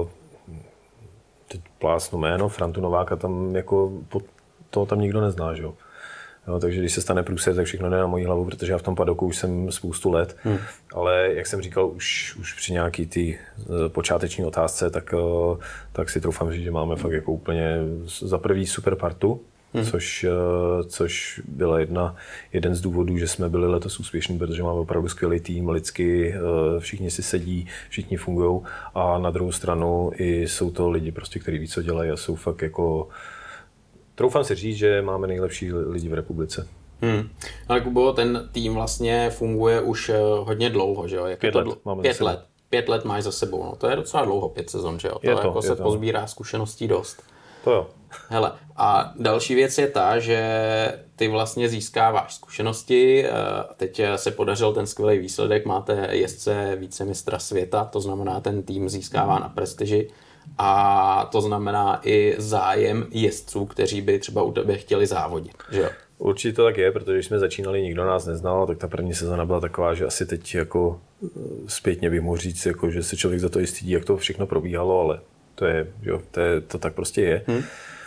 teď plásnu jméno, Frantu Nováka tam jako to tam nikdo nezná, že jo. Jo, takže když se stane průser, tak všechno jde na moji hlavu, protože já v tom padoku už jsem spoustu let, hmm. ale jak jsem říkal, už, už při nějaký ty počáteční otázce, tak, tak si troufám říct, že máme fakt jako úplně za prvý super partu, hmm. což, což byla jedna, jeden z důvodů, že jsme byli letos úspěšní, protože máme opravdu skvělý tým, lidsky, všichni si sedí, všichni fungují a na druhou stranu i jsou to lidi, prostě, kteří ví, co dělají a jsou fakt jako... Troufám si říct, že máme nejlepší lidi v republice. Hmm. Ale Kubo, ten tým vlastně funguje už hodně dlouho, že jo? Jak pět to let. Dl- Máme pět let. Pět let máš za sebou, no to je docela dlouho, pět sezon, že jo? To, je to jako je se to. pozbírá zkušeností dost. To jo. Hele, a další věc je ta, že ty vlastně získáváš zkušenosti, teď se podařil ten skvělý výsledek, máte jezdce vícemistra světa, to znamená, ten tým získává na prestiži a to znamená i zájem jezdců, kteří by třeba u tebe chtěli závodit, že jo? Určitě to tak je, protože když jsme začínali, nikdo nás neznal, tak ta první sezona byla taková, že asi teď jako zpětně bych mohl říct, jako, že se člověk za to i stydí, jak to všechno probíhalo, ale to je, jo, to, je, to tak prostě je. Hmm.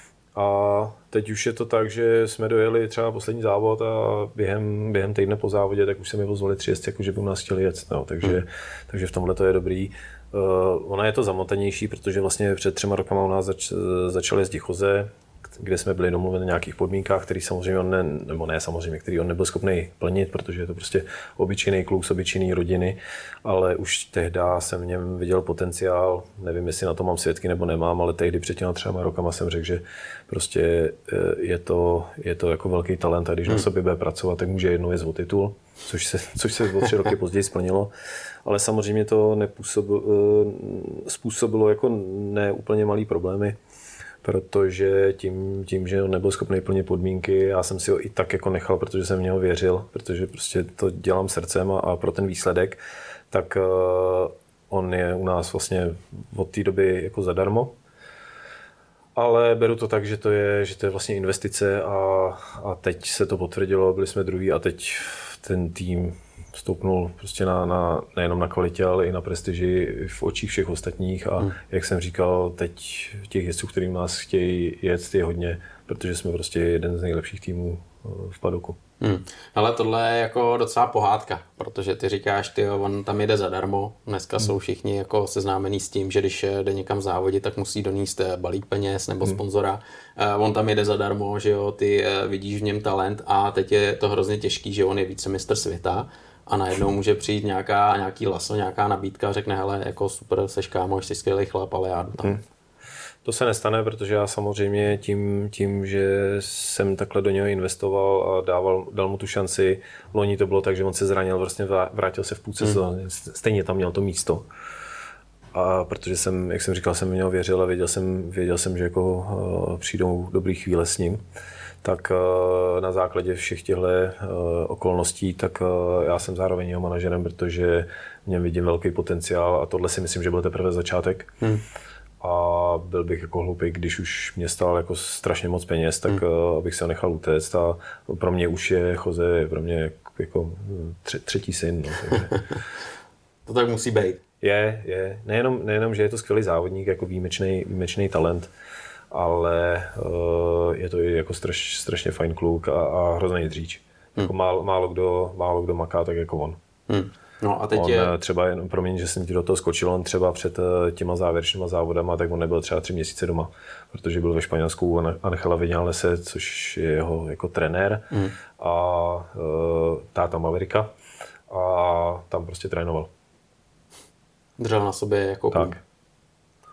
A teď už je to tak, že jsme dojeli třeba poslední závod a během, během týdne po závodě, tak už se mi pozvali tři jezdci, jako že by u nás chtěli jet. No, takže, hmm. takže v tomhle to je dobrý. Uh, ona je to zamotanější, protože vlastně před třema rokama u nás zač, začal jezdit Jose, kde jsme byli domluveni na nějakých podmínkách, který samozřejmě on ne, nebo ne samozřejmě, který on nebyl schopný plnit, protože je to prostě obyčejný kluk z obyčejný rodiny, ale už tehdy jsem v něm viděl potenciál, nevím, jestli na to mám svědky nebo nemám, ale tehdy před těma třema rokama jsem řekl, že prostě je to, je to jako velký talent a když hmm. na sobě bude pracovat, tak může jednou jezd o titul, což se, což se o tři roky později splnilo, ale samozřejmě to nepůsobilo, způsobilo jako neúplně malý problémy, protože tím, tím, že on nebyl schopný plnit podmínky, já jsem si ho i tak jako nechal, protože jsem v něho věřil, protože prostě to dělám srdcem a, a pro ten výsledek, tak uh, on je u nás vlastně od té doby jako zadarmo. Ale beru to tak, že to je, že to je vlastně investice a, a teď se to potvrdilo, byli jsme druhý a teď ten tým stoupnul prostě na, na, nejenom na kvalitě, ale i na prestiži v očích všech ostatních a hmm. jak jsem říkal, teď těch jezdců, který nás chtějí jet, je hodně, protože jsme prostě jeden z nejlepších týmů v padoku. Hmm. Ale tohle je jako docela pohádka, protože ty říkáš, ty on tam jede zadarmo, dneska hmm. jsou všichni jako seznámení s tím, že když jde někam závodit, tak musí donést balík peněz nebo hmm. sponzora. On tam jede zadarmo, že jo, ty vidíš v něm talent a teď je to hrozně těžký, že on je vícemistr světa. A najednou může přijít nějaká, nějaký laso, nějaká nabídka a řekne, hele, jako super, seš kámoš, jsi skvělý chlap, ale já jdu tam. Hmm. To se nestane, protože já samozřejmě tím, tím, že jsem takhle do něho investoval a dával, dal mu tu šanci, loni to bylo tak, že on se zranil, vlastně vrátil se v půlce sezóny, hmm. stejně tam měl to místo. A protože jsem, jak jsem říkal, jsem v něho věřil a věděl jsem, věděl jsem, že jako uh, přijdou dobrý chvíle s ním, tak uh, na základě všech těchto uh, okolností, tak uh, já jsem zároveň jeho manažerem, protože v něm vidím velký potenciál a tohle si myslím, že byl teprve začátek. Hmm. A byl bych jako hloupý, když už mě stál jako strašně moc peněz, tak hmm. uh, abych se ho nechal utéct a pro mě už je Jose, pro mě jako tři, třetí syn. No, takže. To tak musí být. Je, je. Nejenom, nejenom, že je to skvělý závodník, jako výjimečný, výjimečný talent, ale uh, je to i jako straš, strašně fajn kluk a, a hrozný dříč. Hmm. Jako málo, málo, kdo, málo kdo maká tak jako on. Hmm. No a teď on je... třeba, jenom promiň, že jsem ti do toho skočil, on třeba před těma závěrečnýma závodama, tak on nebyl třeba tři měsíce doma, protože byl ve Španělsku a Angela Viñalese, což je jeho jako trenér hmm. a uh, táta Mavericka a tam prostě trénoval. Držel na sobě jako tak.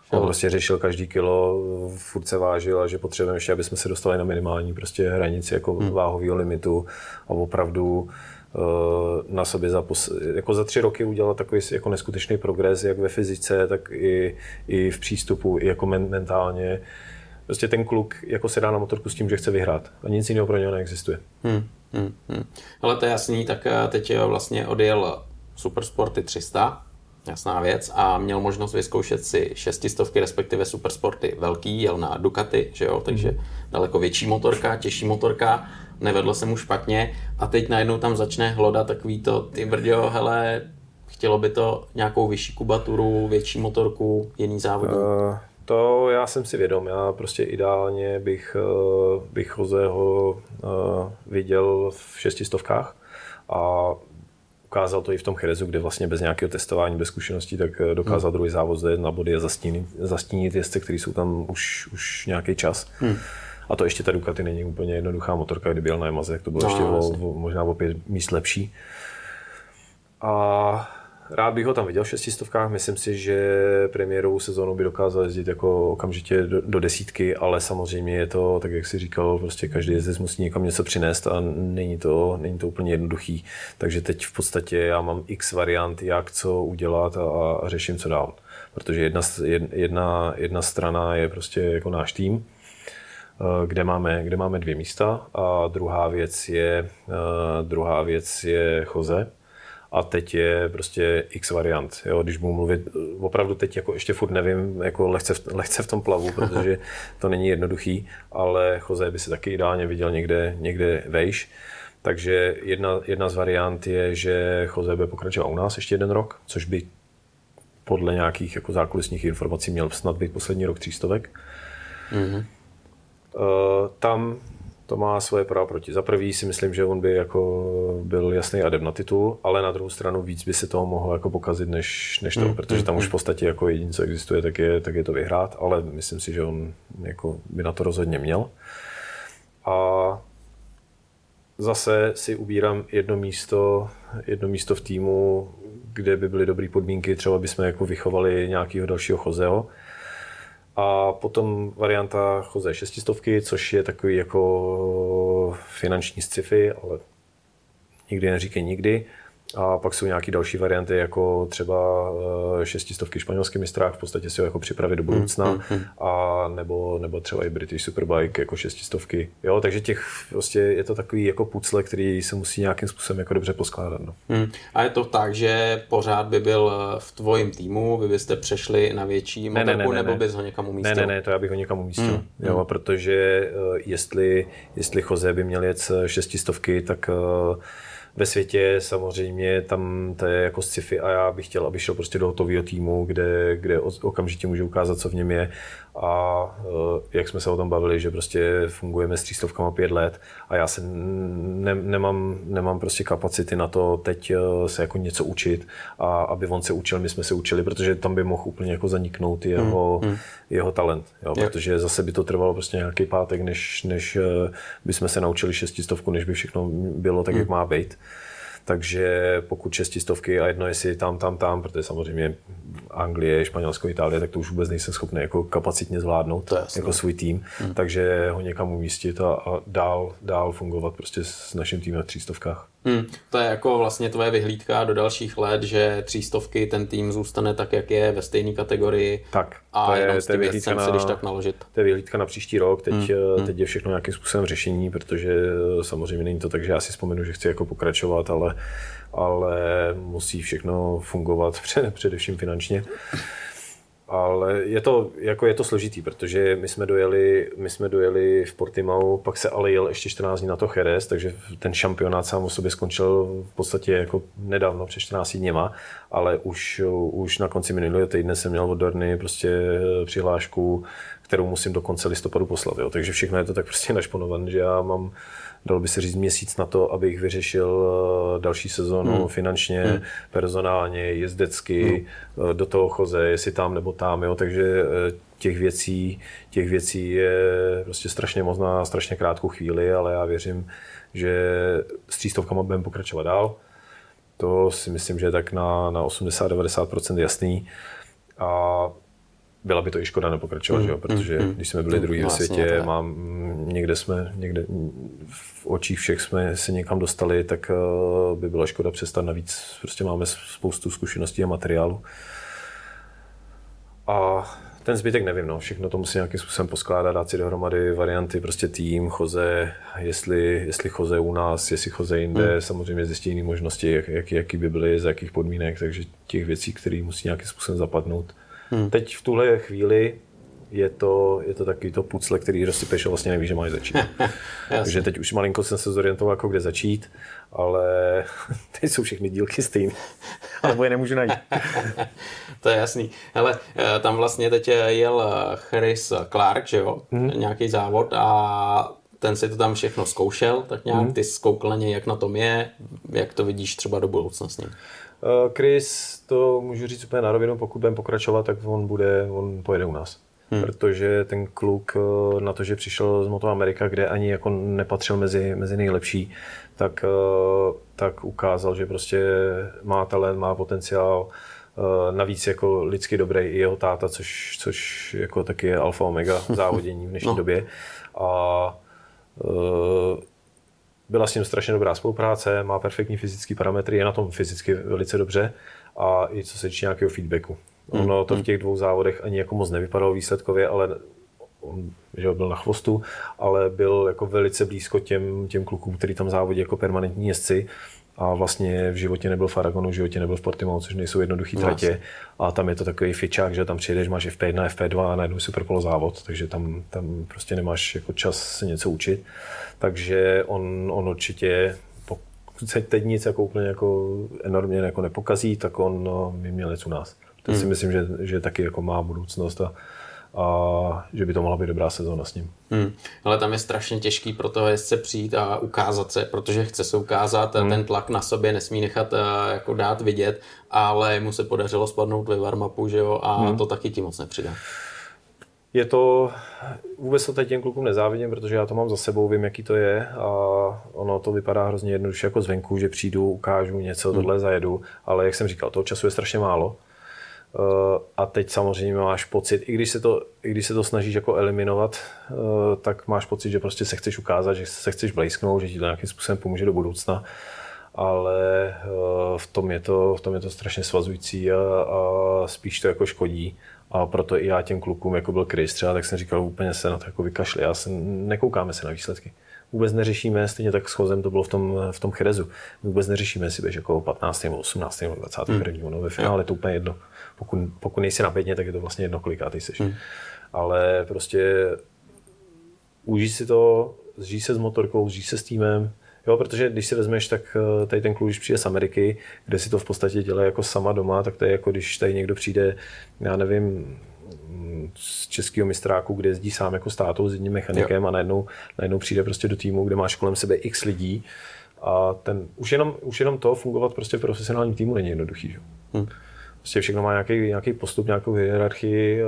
On prostě řešil každý kilo, furt se vážil a že potřebujeme ještě, aby jsme se dostali na minimální prostě hranici jako hmm. váhového limitu a opravdu na sobě za, pos- jako za tři roky udělat takový jako neskutečný progres, jak ve fyzice, tak i, i v přístupu, i jako men- mentálně. Prostě ten kluk jako se dá na motorku s tím, že chce vyhrát a nic jiného pro něho neexistuje. Hmm, hmm, hmm. Ale to je jasný, tak teď vlastně odjel Supersporty tři sta, jasná věc, a měl možnost vyzkoušet si šestistovky, respektive Supersporty velký, jel na Ducati, že jo, takže daleko větší motorka, těžší motorka, nevedlo se mu špatně a teď najednou tam začne hlodat takový to, ty brďo, hele, chtělo by to nějakou vyšší kubaturu, větší motorku, jiný závodní? Uh, to já jsem si vědom, já prostě ideálně bych, bych Joseho uh, viděl v šestistovkách a ukázal to i v tom Cherezu, kde vlastně bez nějakého testování, bez zkušeností, tak dokázal hmm. druhý závod zajet na body a zastínit, zastínit jezdce, kteří jsou tam už, už nějaký čas. Hmm. A to ještě ta Ducati není úplně jednoduchá motorka, kdyby jel na Yamaze, tak to bylo no, ještě o, o, možná o pět míst lepší. A rád bych ho tam viděl v šestistovkách, myslím si, že premiérovou sezónu by dokázal jezdit jako okamžitě do, do desítky, ale samozřejmě je to, tak jak jsi říkal, prostě každý jezdec musí někam něco přinést a není to, není to úplně jednoduchý. Takže teď v podstatě já mám x variant, jak co udělat a, a řeším, co dál. Protože jedna, jedna, jedna strana je prostě jako náš tým, kde máme, kde máme dvě místa a druhá věc je, druhá věc je Jose. A teď je prostě x variant. Jo, když budu mluvit, opravdu teď jako ještě furt nevím, jako lehce v, lehce v tom plavu, protože to není jednoduchý, ale Jose by se taky ideálně viděl někde, někde vejš. Takže jedna, jedna z variant je, že Jose bude pokračovat u nás ještě jeden rok, což by podle nějakých jako zákulisních informací měl snad být poslední rok třístovek. Mm-hmm. Uh, tam to má svoje pro a proti. Za prvý si myslím, že on by jako byl jasný adept na titul, ale na druhou stranu víc by se toho mohlo jako pokazit než, než to, mm, protože tam mm, už v podstatě jako jediné, co existuje, tak je, tak je to vyhrát, ale myslím si, že on jako by na to rozhodně měl. A zase si ubírám jedno místo, jedno místo v týmu, kde by byly dobré podmínky, třeba bychom jako vychovali nějakého dalšího Joseho. A potom varianta Jose šestistovky, což je takový jako finanční sci-fi, ale nikdy neříkej nikdy. A pak jsou nějaké další varianty, jako třeba šestistovky španělský mistrák, v podstatě si ho jako připravit do budoucna, mm, mm, a nebo, nebo třeba i British Superbike jako šestistovky. Jo, takže těch prostě je to takový jako pucle, který se musí nějakým způsobem jako dobře poskládat. No. Mm. A je to tak, že pořád by byl v tvojím týmu, vy byste přešli na větší motorku, ne, ne, ne, nebo ne. bys ho někam umístil? Ne, ne, ne, to já bych ho někam umístil. Mm, jo, mm. protože jestli, jestli Jose by měl jet šestistovky, tak ve světě samozřejmě tam to je jako sci-fi a já bych chtěl, aby šel prostě do hotového týmu, kde, kde okamžitě může ukázat, co v něm je. A jak jsme se o tom bavili, že prostě fungujeme s třístovkama pět let a já se ne, nemám, nemám prostě kapacity na to teď se jako něco učit a aby on se učil, my jsme se učili, protože tam by mohl úplně jako zaniknout jeho, hmm, hmm. jeho talent. Jo, protože zase by to trvalo prostě nějaký pátek, než, než bychom se naučili šestistovku, než by všechno bylo tak, hmm. jak má být. Takže pokud šestistovky a jedno jestli tam, tam, tam, protože samozřejmě Anglie, Španělsko, Itálie, tak to už vůbec nejsem schopný jako kapacitně zvládnout jako svůj tým, hmm. takže ho někam umístit a, a dál, dál fungovat prostě s naším týmem v třístovkách. Hmm. To je jako vlastně tvoje vyhlídka do dalších let, že třístovky ten tým zůstane tak, jak je ve stejné kategorii. Tak, a je, jenom s tím věcem na, si když tak naložit. To je vyhlídka na příští rok, teď, hmm. teď je všechno nějakým způsobem řešení, protože samozřejmě není to tak, že já si vzpomenu, že chci jako pokračovat, ale, ale musí všechno fungovat před, především finančně. Ale je to, jako je to složitý, protože my jsme dojeli, my jsme dojeli v Portimao, pak se ale jel ještě čtrnáct dní na to Jerez, takže ten šampionát sám o sobě skončil v podstatě jako nedávno, před čtrnácti dněma, ale už, už na konci minulého týdne jsem měl od Dorny prostě přihlášku, kterou musím do konce listopadu poslat. Jo. Takže všechno je to tak prostě našponované, že já mám, dalo by se říct, měsíc na to, abych vyřešil další sezónu hmm. finančně, hmm. personálně, jezdecky, hmm. do toho Jose, jestli tam nebo tam, jo. Takže těch věcí, těch věcí je prostě strašně moc na strašně krátkou chvíli, ale já věřím, že s třístovkama budeme pokračovat dál. To si myslím, že je tak na, na osmdesát až devadesát procent jasný. A byla by to i škoda nepokračovat, mm, že jo? Protože mm, když jsme byli mm, druhý ve světě, vlastně, mám, někde jsme, někde v očích všech jsme se někam dostali, tak by byla škoda přestat. Navíc prostě máme spoustu zkušeností a materiálu. A ten zbytek nevím, no. Všechno to musí nějakým způsobem poskládat, dát si dohromady varianty, prostě tým, Jose, jestli, jestli Jose u nás, jestli Jose jinde, hmm. samozřejmě zjistí jiné možnosti, jak, jak, jaký by byly, za jakých podmínek, takže těch věcí, které musí nějakým způsobem zapadnout. Hmm. Teď v tuhle chvíli je to, je to takový to pucle, který rozsypeš a vlastně nevíš, že máš začít. Takže teď už malinko jsem se zorientoval, jako kde začít, ale teď jsou všechny dílky stejné. Alebo je nemůžu najít. To je jasný. Hele, tam vlastně teď jel Chris Clark, že jo, mm-hmm. nějaký závod a ten si to tam všechno zkoušel, tak nějak mm-hmm. ty zkoukl na něj, jak na tom je, jak to vidíš třeba do budoucna s ním. Chris, to můžu říct úplně na rovinu, pokud budeme pokračovat, tak on bude, on pojede u nás. Hmm. Protože ten kluk na to, že přišel z Moto Amerika, kde ani jako nepatřil mezi, mezi nejlepší, tak, tak ukázal, že prostě má talent, má potenciál, navíc jako lidsky dobrý i jeho táta, což, což jako taky je alfa omega závodění v dnešní no. době. A byla s ním strašně dobrá spolupráce, má perfektní fyzické parametry, je na tom fyzicky velice dobře a i co se týče nějakého feedbacku. Ono to v těch dvou závodech ani jako moc nevypadalo výsledkově, ale on že byl na chvostu, ale byl jako velice blízko těm, těm klukům, který tam závodí jako permanentní jezdci a vlastně v životě nebyl v Aragonu, v životě nebyl v Portimao, což nejsou jednoduchý tratě a tam je to takový fičák, že tam přijedeš, máš F P jedna, F P dva a najednou superpolo závod, takže tam, tam prostě nemáš jako čas se něco učit, takže on, on určitě pokud se teď nic jako úplně jako enormně jako nepokazí, tak on no, by měl jít u nás. To hmm. si myslím, že, že taky jako má budoucnost a, a že by to mohla být dobrá sezóna s ním. Hmm. Ale tam je strašně těžký pro toho jezdce přijít a ukázat se, protože chce se ukázat, hmm. ten tlak na sobě nesmí nechat jako dát vidět, ale mu se podařilo spadnout ve warm-upu, že jo, a hmm. to taky ti moc nepřidá. Je to, vůbec to teď těm klukům nezávidím, protože já to mám za sebou, vím, jaký to je a ono to vypadá hrozně jednoduše jako zvenku, že přijdu, ukážu něco, hmm. tohle zajedu, ale jak jsem říkal, toho času je strašně málo. A teď samozřejmě máš pocit, i když se to, i když se to snažíš jako eliminovat, tak máš pocit, že prostě se chceš ukázat, že se chceš blejsknout, že ti to nějakým způsobem pomůže do budoucna, ale v tom je to, v tom je to strašně svazující a, a spíš to jako škodí. A proto i já těm klukům, jako byl Chris třeba, tak jsem říkal, úplně se na to jako vykašli. Já se, nekoukáme se na výsledky. Vůbec neřešíme, stejně tak s Chozem to bylo v tom, v tom Cherezu. Vůbec neřešíme, jestli běž jako patnáctý nebo osmnáctý nebo dvacátý první Hmm. No, ve finále je to úplně jedno. Pokud, pokud nejsi na pětně, tak je to vlastně jedno, kolikátý seš. Hmm. Ale prostě užij si to, zžij se s motorkou, zžij se s týmem. Jo, protože když si vezmeš, tak tady ten kluk, když přijde z Ameriky, kde si to v podstatě dělá jako sama doma, tak to je jako když tady někdo přijde, já nevím, z českého mistráku, kde jezdí sám jako s tátou, s jedním mechanikem jo. a najednou, najednou přijde prostě do týmu, kde máš kolem sebe x lidí a ten, už, jenom, už jenom to fungovat prostě v profesionálním týmu není jednoduchý. Že? Hmm. Prostě všechno má nějaký, nějaký postup, nějakou hierarchii,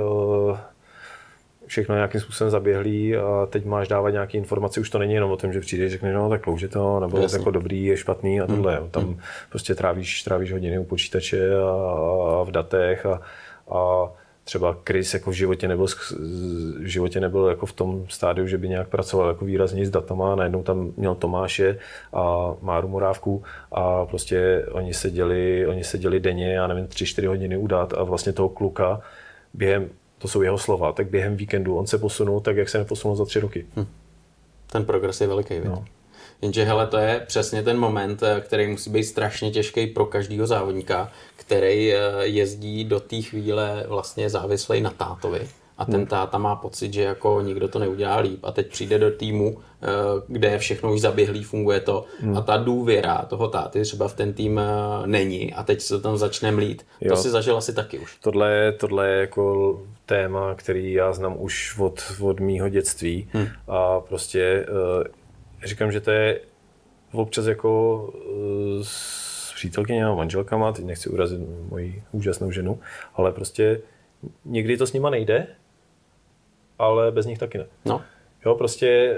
všechno nějakým způsobem zaběhlý a teď máš dávat nějaké informace, už to není jenom o tom, že přijdeš, řekneš, no tak klouže to, nebo je jako dobrý, je špatný a tohle. Hmm. Tam hmm. prostě trávíš, trávíš hodiny u počítače a, a v datech a, a třeba Chris jako v životě nebyl, v životě nebyl jako v tom stádiu, že by nějak pracoval jako výrazně s datama, najednou tam měl Tomáše a Máru Morávku a prostě oni seděli, oni seděli denně, já nevím, tři čtyři hodiny u dat a vlastně toho kluka během, to jsou jeho slova, tak během víkendu on se posunul tak, jak se neposunul za tři roky. Hm. Ten progres je veliký, no. Jenže hele, to je přesně ten moment, který musí být strašně těžký pro každého závodníka, který jezdí do té chvíle vlastně závislej na tátovi. A ten táta má pocit, že jako nikdo to neudělá líp. A teď přijde do týmu, kde je všechno už zaběhlý, funguje to. Hmm. A ta důvěra toho táty třeba v ten tým není. A teď se to tam začne mlít. Jo. To si zažil asi taky už. Tohle, tohle je jako téma, který já znám už od, od mýho dětství. Hmm. A prostě říkám, že to je občas jako s přítelkyně a manželkama, teď nechci urazit moji úžasnou ženu, ale prostě někdy to s nima nejde, ale bez nich taky ne. No. Jo, prostě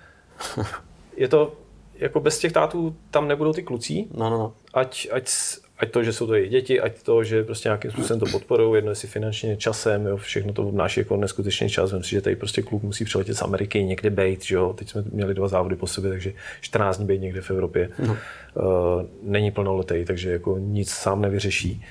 je to, jako bez těch tátů tam nebudou ty kluci, no, no, no. ať, ať, ať to, že jsou to i děti, ať to, že prostě nějakým způsobem to podporují, jedno jestli finančně, časem, jo, všechno to obnáší jako neskutečný čas. Myslím si, že tady prostě kluk musí přiletět z Ameriky, někde bejt, že jo. Teď jsme měli dva závody po sobě, takže čtrnáct dní bejt někde v Evropě. No. Uh, není plnoletý, takže jako nic sám nevyřeší.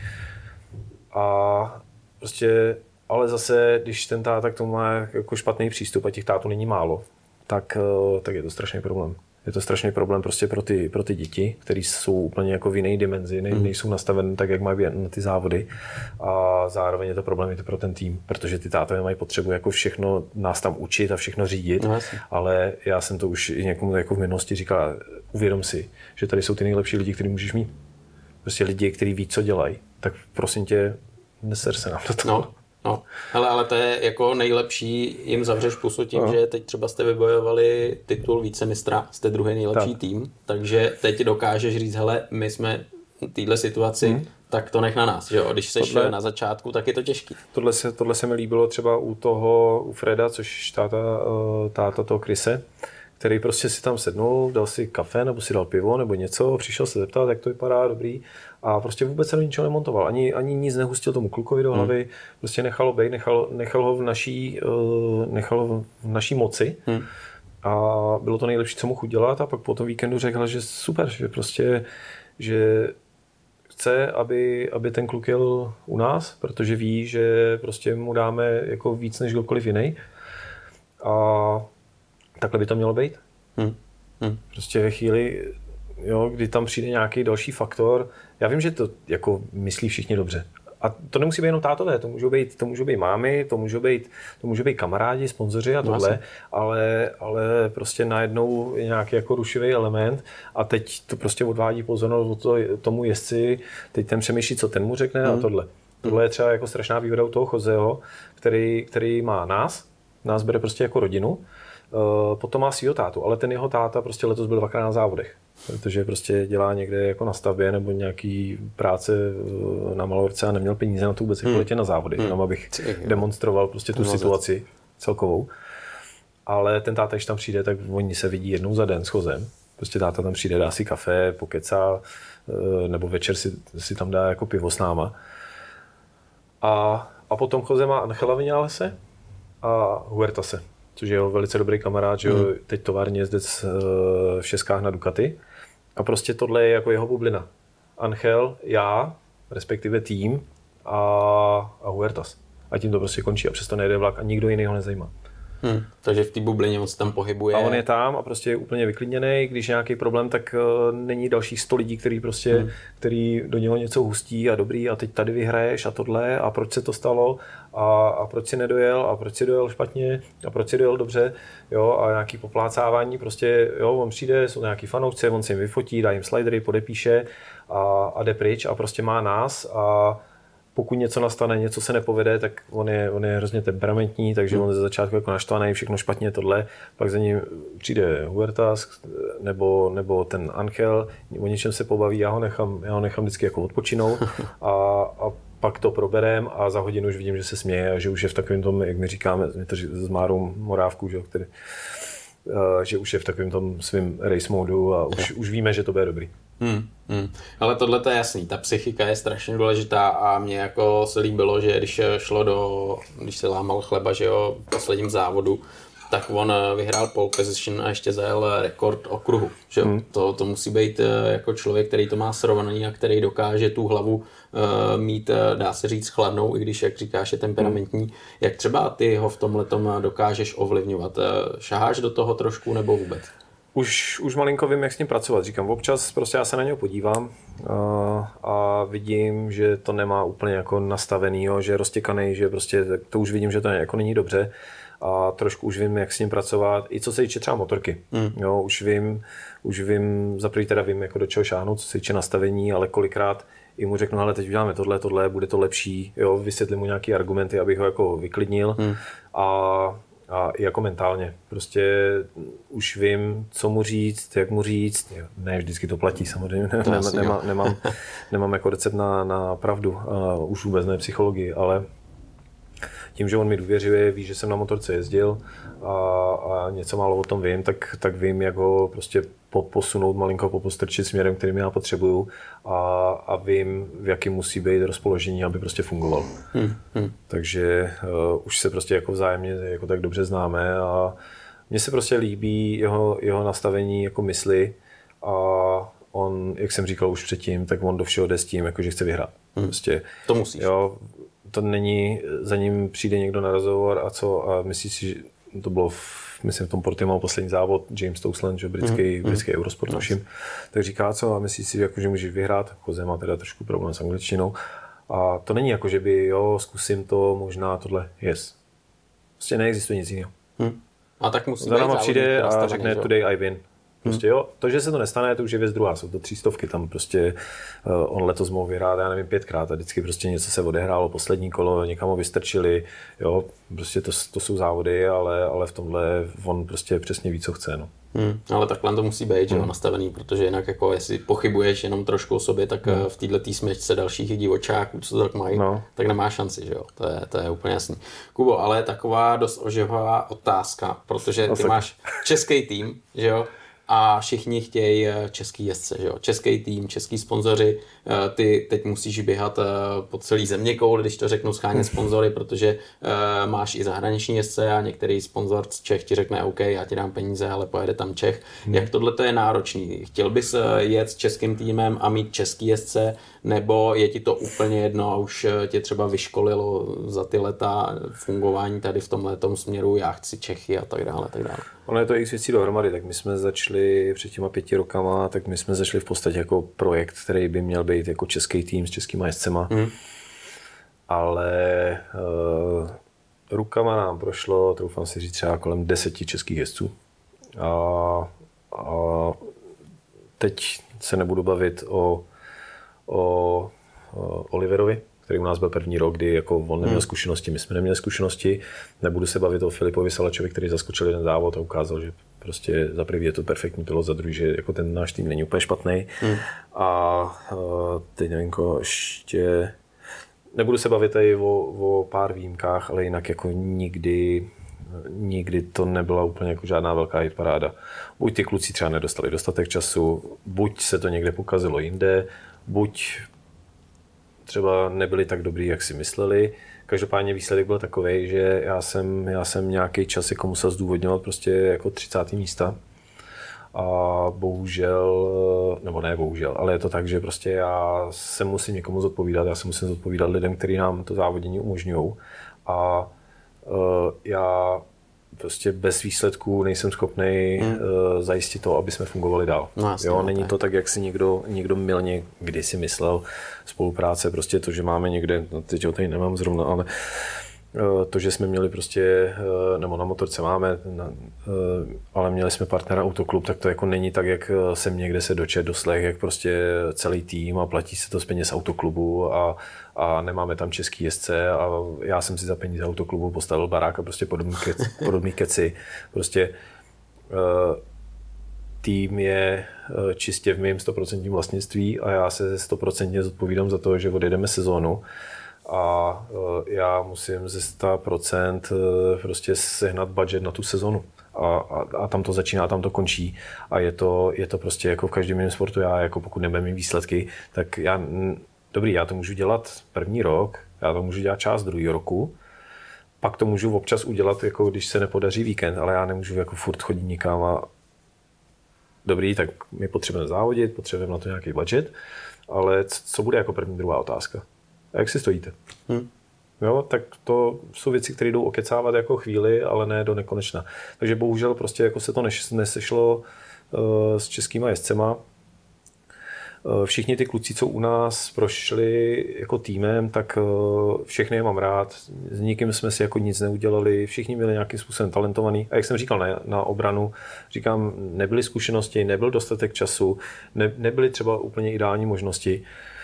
A prostě, ale zase, když ten táta k tomu má jako špatný přístup a těch tátů není málo, tak, uh, tak je to strašný problém. Je to strašný problém prostě pro ty, pro ty děti, které jsou úplně jako v jiné dimenzi, ne, nejsou nastaveny tak, jak mají na ty závody. A zároveň je to problém i to pro ten tým, protože ty tátové mají potřebu jako všechno nás tam učit a všechno řídit. No, ale já jsem to už i někomu jako v minulosti říkal, uvědom si, že tady jsou ty nejlepší lidi, který můžeš mít. Prostě lidi, kteří ví, co dělají. Tak prosím tě, neser se nám do toho. No. No, hele, ale to je jako nejlepší, jim zavřeš pusu tím, no. že teď třeba jste vybojovali titul vícemistra, jste druhý nejlepší tak. tým, takže teď dokážeš říct, hele, my jsme v této situaci, hmm. tak to nech na nás, že jo, když seš tohle, na začátku, tak je to těžký. Tohle se, tohle se mi líbilo třeba u toho, u Freda, což táta, táta toho Krise, který prostě si tam sednul, dal si kafe, nebo si dal pivo, nebo něco, přišel se zeptat, jak to vypadá, dobrý. A prostě vůbec se do ničeho nemontoval. Ani, ani nic nehustil tomu klukovi do hlavy. Hmm. Prostě nechal ho bejt, nechal, nechal ho v naší, nechal ho v naší moci. Hmm. A bylo to nejlepší, co mohl udělat. A pak po tom víkendu řekl, že super, že prostě, že chce, aby, aby ten kluk jel u nás, protože ví, že prostě mu dáme jako víc než kdokoliv jiný. A takhle by to mělo být. Hmm. Hmm. Prostě ve chvíli, jo, kdy tam přijde nějaký další faktor. Já vím, že to jako myslí všichni dobře. A to nemusí být jenom tátové, to můžou být, to můžou být mámy, to můžou být, to můžou být kamarádi, sponzoři a tohle, no, ale, ale prostě najednou je nějaký jako rušivý element a teď to prostě odvádí pozornost od to, tomu jezdci, teď ten přemýšlí, co ten mu řekne hmm. a tohle. Tohle je třeba jako strašná výhoda u toho Joseho, který, který má nás, nás bere prostě jako rodinu. Potom má svýho tátu, ale ten jeho táta prostě letos byl dvakrát na závodech, protože prostě dělá někde jako na stavbě nebo nějaký práce na Malorce a neměl peníze na to vůbec jako letět na závody, jenom abych demonstroval prostě tu situaci celkovou. Ale ten táta, když tam přijde, tak oni se vidí jednou za den s Chozem. Prostě táta tam přijde, dá si kafe, pokecá, nebo večer si, si tam dá jako pivo s náma. A, a potom Jose má Angela Viñalese a Huertase, což je jeho velice dobrý kamarád, že jo, mm. teď tovární jezdec v Šeskách na Ducati. A prostě tohle je jako jeho bublina. Angel, já, respektive tým a, a Huertas. A tím to prostě končí a přesto nejde vlak a nikdo jiný ho nezajímá. Hmm, takže v té bublině on se tam pohybuje. A on je tam a prostě je úplně vyklidněný. Když je nějaký problém, tak uh, není dalších sto lidí, který prostě, hmm. který do něho něco hustí a dobrý a teď tady vyhraješ a tohle a proč se to stalo a, a proč si nedojel a proč si dojel špatně a proč si dojel dobře, jo, a nějaký poplácávání, prostě jo, on přijde, jsou nějaký fanoušci, on si jim vyfotí, dá jim slidery, podepíše a, a jde pryč a prostě má nás a pokud něco nastane, něco se nepovede, tak on je, on je hrozně temperamentní, takže on ze začátku jako naštvaný, všechno špatně tohle, pak za ním přijde Huertas nebo, nebo ten Angel, o něčem se pobaví, já ho nechám, já ho nechám vždycky jako odpočinout a, a pak to proberem a za hodinu už vidím, že se směje a že už je v takovém tom, jak my říkáme, my to s Márou Morávku, že, který, že už je v takovém tom svým race modu a už, už víme, že to bude dobrý. Hmm, hmm. Ale tohle to je jasný, ta psychika je strašně důležitá a mně jako se líbilo, že když šlo do, když se lámal chleba, že jo, v posledním závodu, tak on vyhrál pole position a ještě zajel rekord okruhu, že jo. Hmm. To, to musí být jako člověk, který to má srovnaný a který dokáže tu hlavu uh, mít, dá se říct, chladnou, i když, jak říkáš, je temperamentní. Hmm. Jak třeba ty ho v tomhletom dokážeš ovlivňovat? Šaháš do toho trošku nebo vůbec? Už, už malinko vím, jak s ním pracovat. Říkám, občas prostě já se na něho podívám a, a vidím, že to nemá úplně jako nastavenýho, že je roztěkaný, že prostě to už vidím, že to jako není dobře a trošku už vím, jak s ním pracovat. I co se týče třeba motorky. Mm. Jo, už vím, už vím, za první teda vím, jako do čeho šáhnout, co se týče nastavení, ale kolikrát i mu řeknu, ale teď uděláme tohle, tohle, bude to lepší. Jo, vysvětlím mu nějaké argumenty, abych ho jako vyklidnil mm. a A i jako mentálně. Prostě už vím, co mu říct, jak mu říct. Ne, vždycky to platí samozřejmě. To nemám, nemám, nemám, nemám jako recept na, na pravdu. Uh, už vůbec ne psychologii, ale tím, že on mi důvěřuje, ví, že jsem na motorce jezdil a, a něco málo o tom vím, tak, tak vím, jak ho prostě posunout malinko, popostrčit směrem, kterým já potřebuju a, a vím, v jakém musí být rozpoložení, aby prostě fungoval. Hmm, hmm. Takže uh, už se prostě jako vzájemně jako tak dobře známe a mně se prostě líbí jeho, jeho nastavení jako mysli a on, jak jsem říkal už předtím, tak on do všeho jde s tím, jako že chce vyhrát. Hmm. Prostě, to musíš. Jo, to není, za ním přijde někdo na rozhovor a co a myslíš si, že to bylo v, myslím v tom Portimao poslední závod, James Toseland, že britský, mm. britský Eurosport, no. Všim, tak říká co a myslíš si, jako, že můžeš vyhrát, Jose má teda trošku problém s angličtinou a to není jako, že by jo, zkusím to, možná tohle, yes. Prostě neexistuje nic jiného. Hmm. A tak musí za náma přijde a řekne today I win. Prostě jo, to, že se to nestane, to už je věc druhá, jsou to třístovky, tam prostě uh, on letos mohl vyhrát, já nevím, pětkrát a vždycky prostě něco se odehrálo, poslední kolo, někam ho vystrčili, jo, prostě to, to jsou závody, ale, ale v tomhle on prostě přesně ví, co chce, no. Hmm, ale takhle to musí být, že jo, hmm. nastavený, protože jinak jako jestli pochybuješ jenom trošku o sobě, tak hmm. v této smečce dalších divočáků, co to tak mají, no. tak nemá šanci, že jo, to je, to je úplně jasný. Kubo, ale taková dost oživová otázka, protože ty no, máš český tým, že jo, a všichni chtějí český jezdce, že jo? Český tým, český sponzoři, ty teď musíš běhat po celý zeměkouli, když to řeknu, schánět sponzory, protože máš i zahraniční jezdce a některý sponzor z Čech ti řekne OK, já ti dám peníze, ale pojede tam Čech. Hmm. Jak tohle to je náročný? Chtěl bys jet s českým týmem a mít český jezdce, nebo je ti to úplně jedno a už tě třeba vyškolilo za ty leta fungování tady v tomhle tom směru, já chci Čechy a tak dále, tak dále. Ono je to x věcí dohromady, tak my jsme začali před těma pěti rokama, tak my jsme začali v podstatě jako projekt, který by měl být jako český tým s českýma jezdcema. Mm. Ale uh, rukama nám prošlo, troufám si říct, třeba kolem deseti českých jezdců. A, a teď se nebudu bavit o, o, o Oliverovi, který u nás byl první rok, kdy jako on neměl hmm. zkušenosti, my jsme neměli zkušenosti. Nebudu se bavit o Filipovi Salačovi, který zaskočil jeden závod a ukázal, že prostě za prvý je to perfektní pilot, za druhý, že jako ten náš tým není úplně špatný. Hmm. A teď nevím, ještě nebudu se bavit tady o, o pár výjimkách, ale jinak jako nikdy, nikdy to nebyla úplně jako žádná velká hitparáda. Buď ty kluci třeba nedostali dostatek času, buď se to někde pokazilo jinde, buď třeba nebyli tak dobrý, jak si mysleli. Každopádně výsledek byl takový, že já jsem, já jsem nějaký čas jako musel zdůvodňovat prostě jako třicátý místa. A bohužel, nebo ne bohužel, ale je to tak, že prostě já se musím někomu zodpovídat, já se musím zodpovídat lidem, kteří nám to závodění umožňují. A uh, já prostě bez výsledků nejsem schopný hmm. uh, zajistit to, aby jsme fungovali dál. No, jasně, jo, není to tak, jak si někdo, někdo mylně kdysi myslel, spolupráce, prostě to, že máme někde, no teď ho tady nemám zrovna, ale uh, to, že jsme měli prostě, uh, nebo na motorce máme, na, uh, ale měli jsme partnera Autoklub, tak to jako není tak, jak jsem někde se dočet, doslech, jak prostě celý tým a platí se to z peněz Autoklubu a a nemáme tam český jezdce a já jsem si za peníze Autoklubu postavil barák a prostě podobný, kec, podobný keci. Prostě uh, tým je uh, čistě v mém sto procent vlastnictví a já se sto procent zodpovídám za to, že odjedeme sezónu a uh, já musím ze sto procent uh, prostě sehnat budget na tu sezonu. A, a, a tam to začíná, a tam to končí a je to, je to prostě jako v každém jiném sportu. Já jako pokud nebudeme mít výsledky, tak já dobrý, já to můžu dělat první rok, já to můžu dělat část druhý roku, pak to můžu občas udělat, jako když se nepodaří víkend, ale já nemůžu jako furt chodit nikam a dobrý, tak my potřebujeme závodit, potřebujeme na to nějaký budget, ale co bude jako první, druhá otázka? A jak si stojíte? Hmm. Jo, tak to jsou věci, které jdou okecávat jako chvíli, ale ne do nekonečna. Takže bohužel prostě jako se to nesešlo uh, s českýma jezdcema. Všichni ty kluci, co u nás prošli jako týmem, tak všechny je mám rád. S nikým jsme si jako nic neudělali, všichni byli nějakým způsobem talentovaní. A jak jsem říkal na, na obranu, říkám, nebyly zkušenosti, nebyl dostatek času, ne, nebyly třeba úplně ideální možnosti,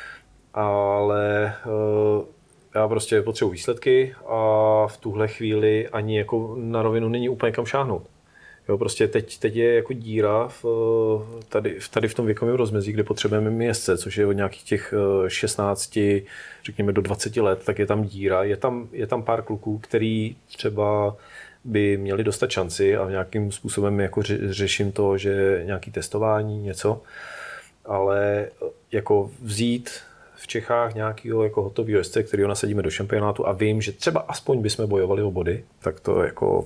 ale uh, já prostě potřebuji výsledky a v tuhle chvíli ani jako na rovinu není úplně kam šáhnout. Jo, prostě teď, teď je jako díra v, tady, tady v tom věkovém rozmezí, kde potřebujeme městce, což je od nějakých těch šestnácti, řekněme do dvaceti let, tak je tam díra. Je tam, je tam pár kluků, který třeba by měli dostat šanci a nějakým způsobem jako řeším to, že nějaký testování, něco, ale jako vzít v Čechách nějakého jako hotového jezdce, kterýho nasadíme do šampionátu a vím, že třeba aspoň bychom bojovali o body, tak to jako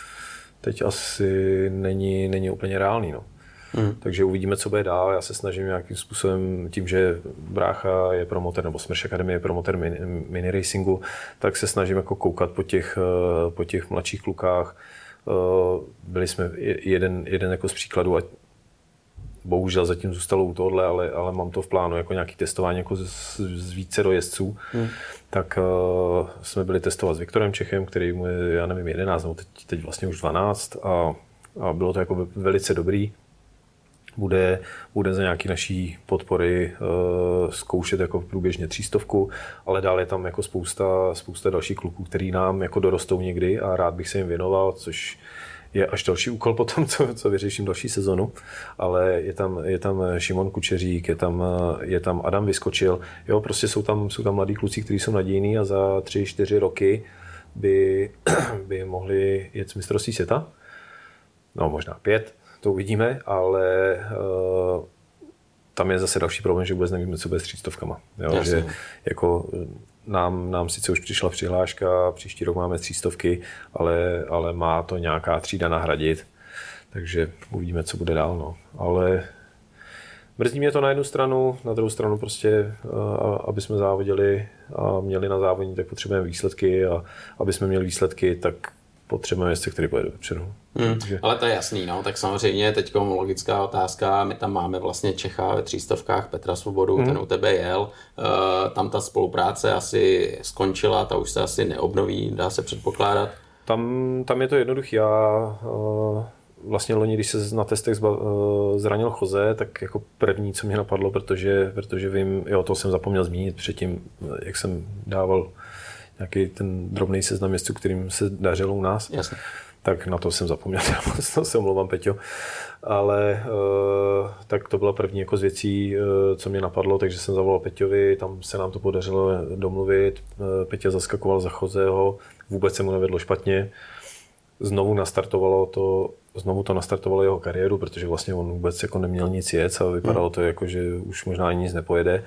teď asi není, není úplně reálný. No. Mm. Takže uvidíme, co bude dál. Já se snažím nějakým způsobem, tím, že brácha je promotor, nebo Smrš Akademie je promotor mini, mini racingu, tak se snažím jako koukat po těch, po těch mladších klukách. Byli jsme jeden, jeden jako z příkladů, a bohužel zatím zůstalo u tohohle, ale, ale mám to v plánu jako nějaké testování jako z, z více do jezdců. Hmm. Tak uh, jsme byli testovat s Viktorem Čechem, který mu je, já nevím, jedenáct, nebo teď, teď vlastně už dvanáct a, a bylo to jako velice dobrý. Bude, bude za nějaký naší podpory uh, zkoušet jako průběžně třístovku, ale dále je tam jako spousta, spousta dalších kluků, který nám jako dorostou někdy a rád bych se jim věnoval, což je až další úkol potom, co, co vyřeším další sezonu, ale je tam, je tam Šimon Kučeřík, je tam, je tam Adam Vyskočil, jo, prostě jsou tam, jsou tam mladí kluci, kteří jsou nadějní a za tři, čtyři roky by, by mohli jet z mistrovství světa, no možná pět, to uvidíme, ale uh, tam je zase další problém, že vůbec nevíme, co bude s třístovkama, jo, že jako Nám, nám sice už přišla přihláška, příští rok máme třístovky, ale, ale má to nějaká třída nahradit, takže uvidíme, co bude dál. No. Ale mrzí mě to na jednu stranu, na druhou stranu prostě, aby jsme závodili a měli na závodní, tak potřebujeme výsledky a aby jsme měli výsledky, tak potřebujeme jezdce, který pojede dopředu. Hmm, ale to je jasný, no, tak samozřejmě teď logická otázka, my tam máme vlastně Čecha ve třístovkách, Petra Svobodu, hmm. ten u tebe jel, uh, tam ta spolupráce asi skončila, ta už se asi neobnoví, dá se předpokládat. Tam, tam je to jednoduché, já uh, vlastně loni, když se na testech zba, uh, zranil Jose, tak jako první, co mě napadlo, protože, protože vím, jo, to jsem zapomněl zmínit předtím, jak jsem dával nějaký ten drobný seznam jezdců, kterým se dařilo u nás. Jasně. Tak na to jsem zapomněl, to se omlouvám, Peťo. Ale uh, tak to byla první jako z věcí, uh, co mě napadlo, takže jsem zavolal Peťovi, tam se nám to podařilo domluvit. Uh, Peťa zaskakoval za Joseho, vůbec se mu nevedlo špatně. Znovu nastartovalo to, znovu to nastartovalo jeho kariéru, protože vlastně on vůbec jako neměl nic jet a vypadalo to jako, že už možná ani nic nepojede.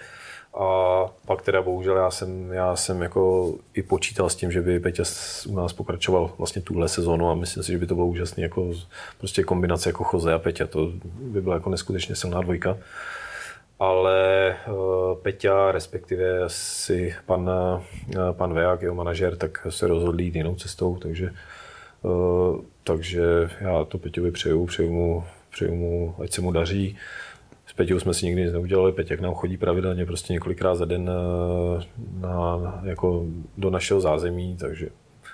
A pak teda bohužel já jsem, já jsem jako i počítal s tím, že by Peťa u nás pokračoval vlastně tuhle sezónu a myslím si, že by to bylo úžasný jako prostě kombinace jako Jose a Peťa, to by byla jako neskutečně silná dvojka. Ale uh, Peťa, respektive asi pan, uh, pan Veják, jeho manažer, tak se rozhodl jít jinou cestou, takže, uh, takže já to Peťovi přeju, přeju mu, přeju mu, ať se mu daří. S Peťou jsme si nikdy nic neudělali, Peťa k nám chodí pravidelně prostě několikrát za den na, na, jako do našeho zázemí, takže...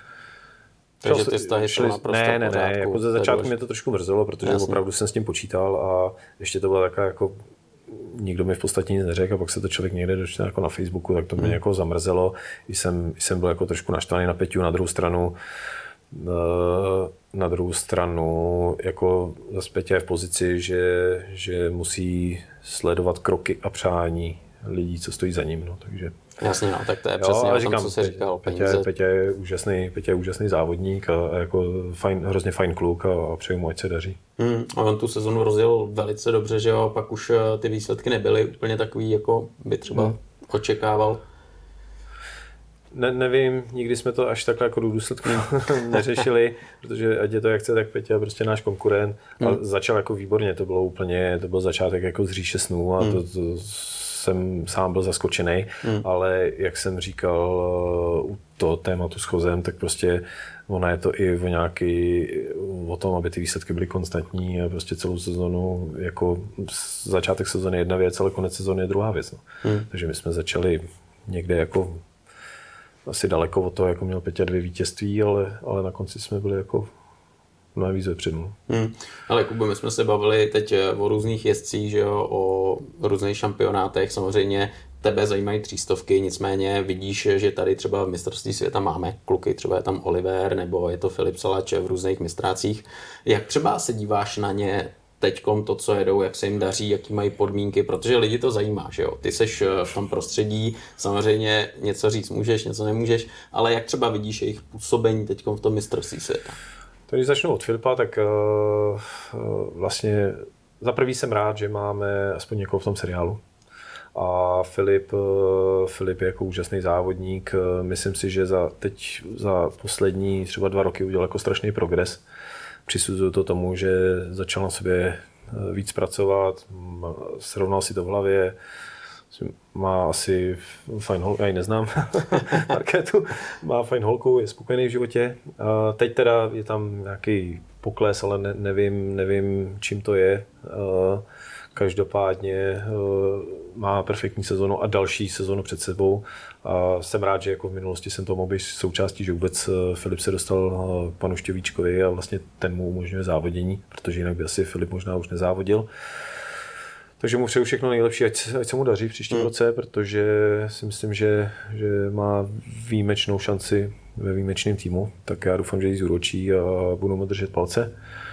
Takže ty vztahy jsou naprosto Ne, ne, ne, jako ze začátku mě to trošku mrzelo, protože Jasně. opravdu jsem s tím počítal a ještě to byla taková jako... Nikdo mi v podstatě nic neřekl a pak se to člověk někde dočte jako na Facebooku, tak to mě hmm. jako zamrzelo. Jsem, jsem byl jako trošku naštvaný na Peťu, na druhou stranu Na druhou stranu, jako zase Peťa je v pozici, že, že musí sledovat kroky a přání lidí, co stojí za ním. No, takže... Jasně, no, tak to je přesně jo, o tom, říkám, co jsi říkal. Peťa, Peťa, je úžasný, Peťa je úžasný závodník a, a jako fajn, hrozně fajn kluk a, a přeju mu, ať se daří. Hmm, a on tu sezonu rozjel velice dobře, že jo, pak už ty výsledky nebyly úplně takový, jako by třeba hmm. očekával. Ne, nevím, nikdy jsme to až takhle jako do důsledku neřešili, protože ať je to jak chce, tak Peťa je prostě náš konkurent. Hmm. A začal jako výborně, to bylo úplně, to byl začátek jako z říše snů a hmm. to, to jsem sám byl zaskočený, hmm. ale jak jsem říkal u toho tématu s Josem, tak prostě ona je to i o nějaký, o tom, aby ty výsledky byly konstantní a prostě celou sezonu, jako začátek sezony je jedna věc, ale konec sezony je druhá věc. No. Hmm. Takže my jsme začali někde jako asi daleko od toho, jako měl Peťa dvě vítězství, ale, ale na konci jsme byli jako mnohem víc vepředu. Hmm. Ale Kubo, my jsme se bavili teď o různých jezdcích, že jo, o různých šampionátech. Samozřejmě tebe zajímají třístovky, nicméně vidíš, že tady třeba v mistrovství světa máme kluky, třeba je tam Oliver nebo je to Filip Salač v různých mistrácích. Jak třeba se díváš na ně teďkom to, co jedou, jak se jim daří, jaký mají podmínky, protože lidi to zajímá, že jo. Ty seš v tom prostředí, samozřejmě něco říct můžeš, něco nemůžeš, ale jak třeba vidíš jejich působení teďkom v tom mistrovství světa? To, když začnu od Filipa, tak uh, vlastně za prvý jsem rád, že máme aspoň někoho v tom seriálu. A Filip, Filip je jako úžasný závodník. Myslím si, že za teď za poslední třeba dva roky udělal jako strašný progres. Přisuzuju to tomu, že začal na sobě víc pracovat, srovnal si to v hlavě, má asi fajn holku, já ji neznám, Markétu, má fajn holku, je spokojený v životě. A teď teda je tam nějaký pokles, ale ne, nevím, nevím, čím to je. Každopádně má perfektní sezonu a další sezonu před sebou. A jsem rád, že jako v minulosti jsem to mohl být součástí, že vůbec Filip se dostal k panu Štěvíčkovi a vlastně ten mu umožňuje závodění, protože jinak by asi Filip možná už nezávodil. Takže mu přeju všechno nejlepší, ať, ať se mu daří v příštím hmm. roce, protože si myslím, že, že má výjimečnou šanci ve výjimečném týmu. Tak já doufám, že ji zúročí a budu mu držet palce.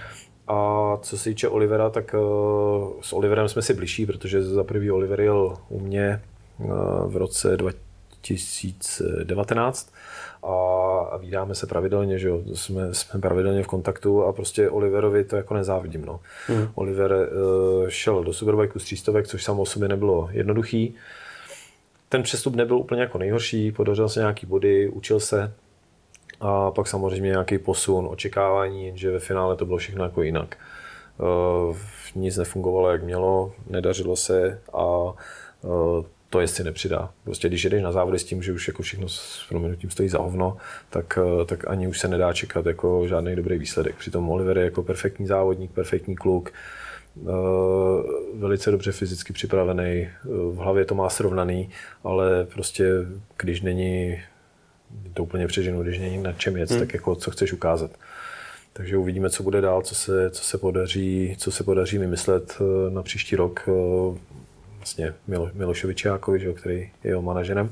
A co se týče Olivera, tak s Oliverem jsme si bližší, protože za prvý Oliver jel u mě v roce dva tisíce devatenáct a vídáme se pravidelně, že jo, jsme, jsme pravidelně v kontaktu a prostě Oliverovi to jako nezávidím. No. Mm. Oliver šel do Superbike'u z třístovek, což samo o sobě nebylo jednoduchý. Ten přestup nebyl úplně jako nejhorší, podařil se nějaký body, učil se. A pak samozřejmě nějaký posun, očekávání, že ve finále to bylo všechno jako jinak. Uh, nic nefungovalo, jak mělo, nedařilo se a uh, to jestli nepřidá. Prostě když jedeš na závody s tím, že už jako všechno s proměnutím stojí za hovno, tak, uh, tak ani už se nedá čekat jako žádný dobrý výsledek. Přitom Oliver je jako perfektní závodník, perfektní kluk, uh, velice dobře fyzicky připravený, uh, v hlavě to má srovnaný, ale prostě když není to úplně přeženu, když není na čem jet, hmm. tak jako co chceš ukázat. Takže uvidíme, co bude dál, co se, co se podaří, co se podaří vymyslet na příští rok vlastně Milo, Miloševičákovi, který je jeho manažerem.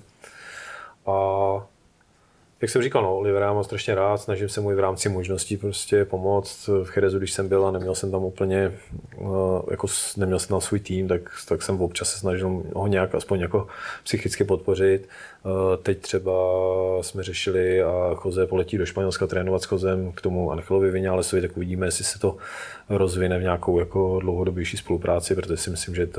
A jak jsem říkal, no, Olivera mám strašně rád, snažím se mu i v rámci možností prostě pomoct. V Cherezu, když jsem byl a neměl jsem tam úplně, jako neměl jsem tam svůj tým, tak, tak jsem občas se snažil ho nějak aspoň jako psychicky podpořit. Teď třeba jsme řešili a Jose poletí do Španělska trénovat s Josem k tomu Angelovi Viñalesovi, tak uvidíme, jestli se to rozvine v nějakou jako dlouhodobější spolupráci, protože si myslím, že to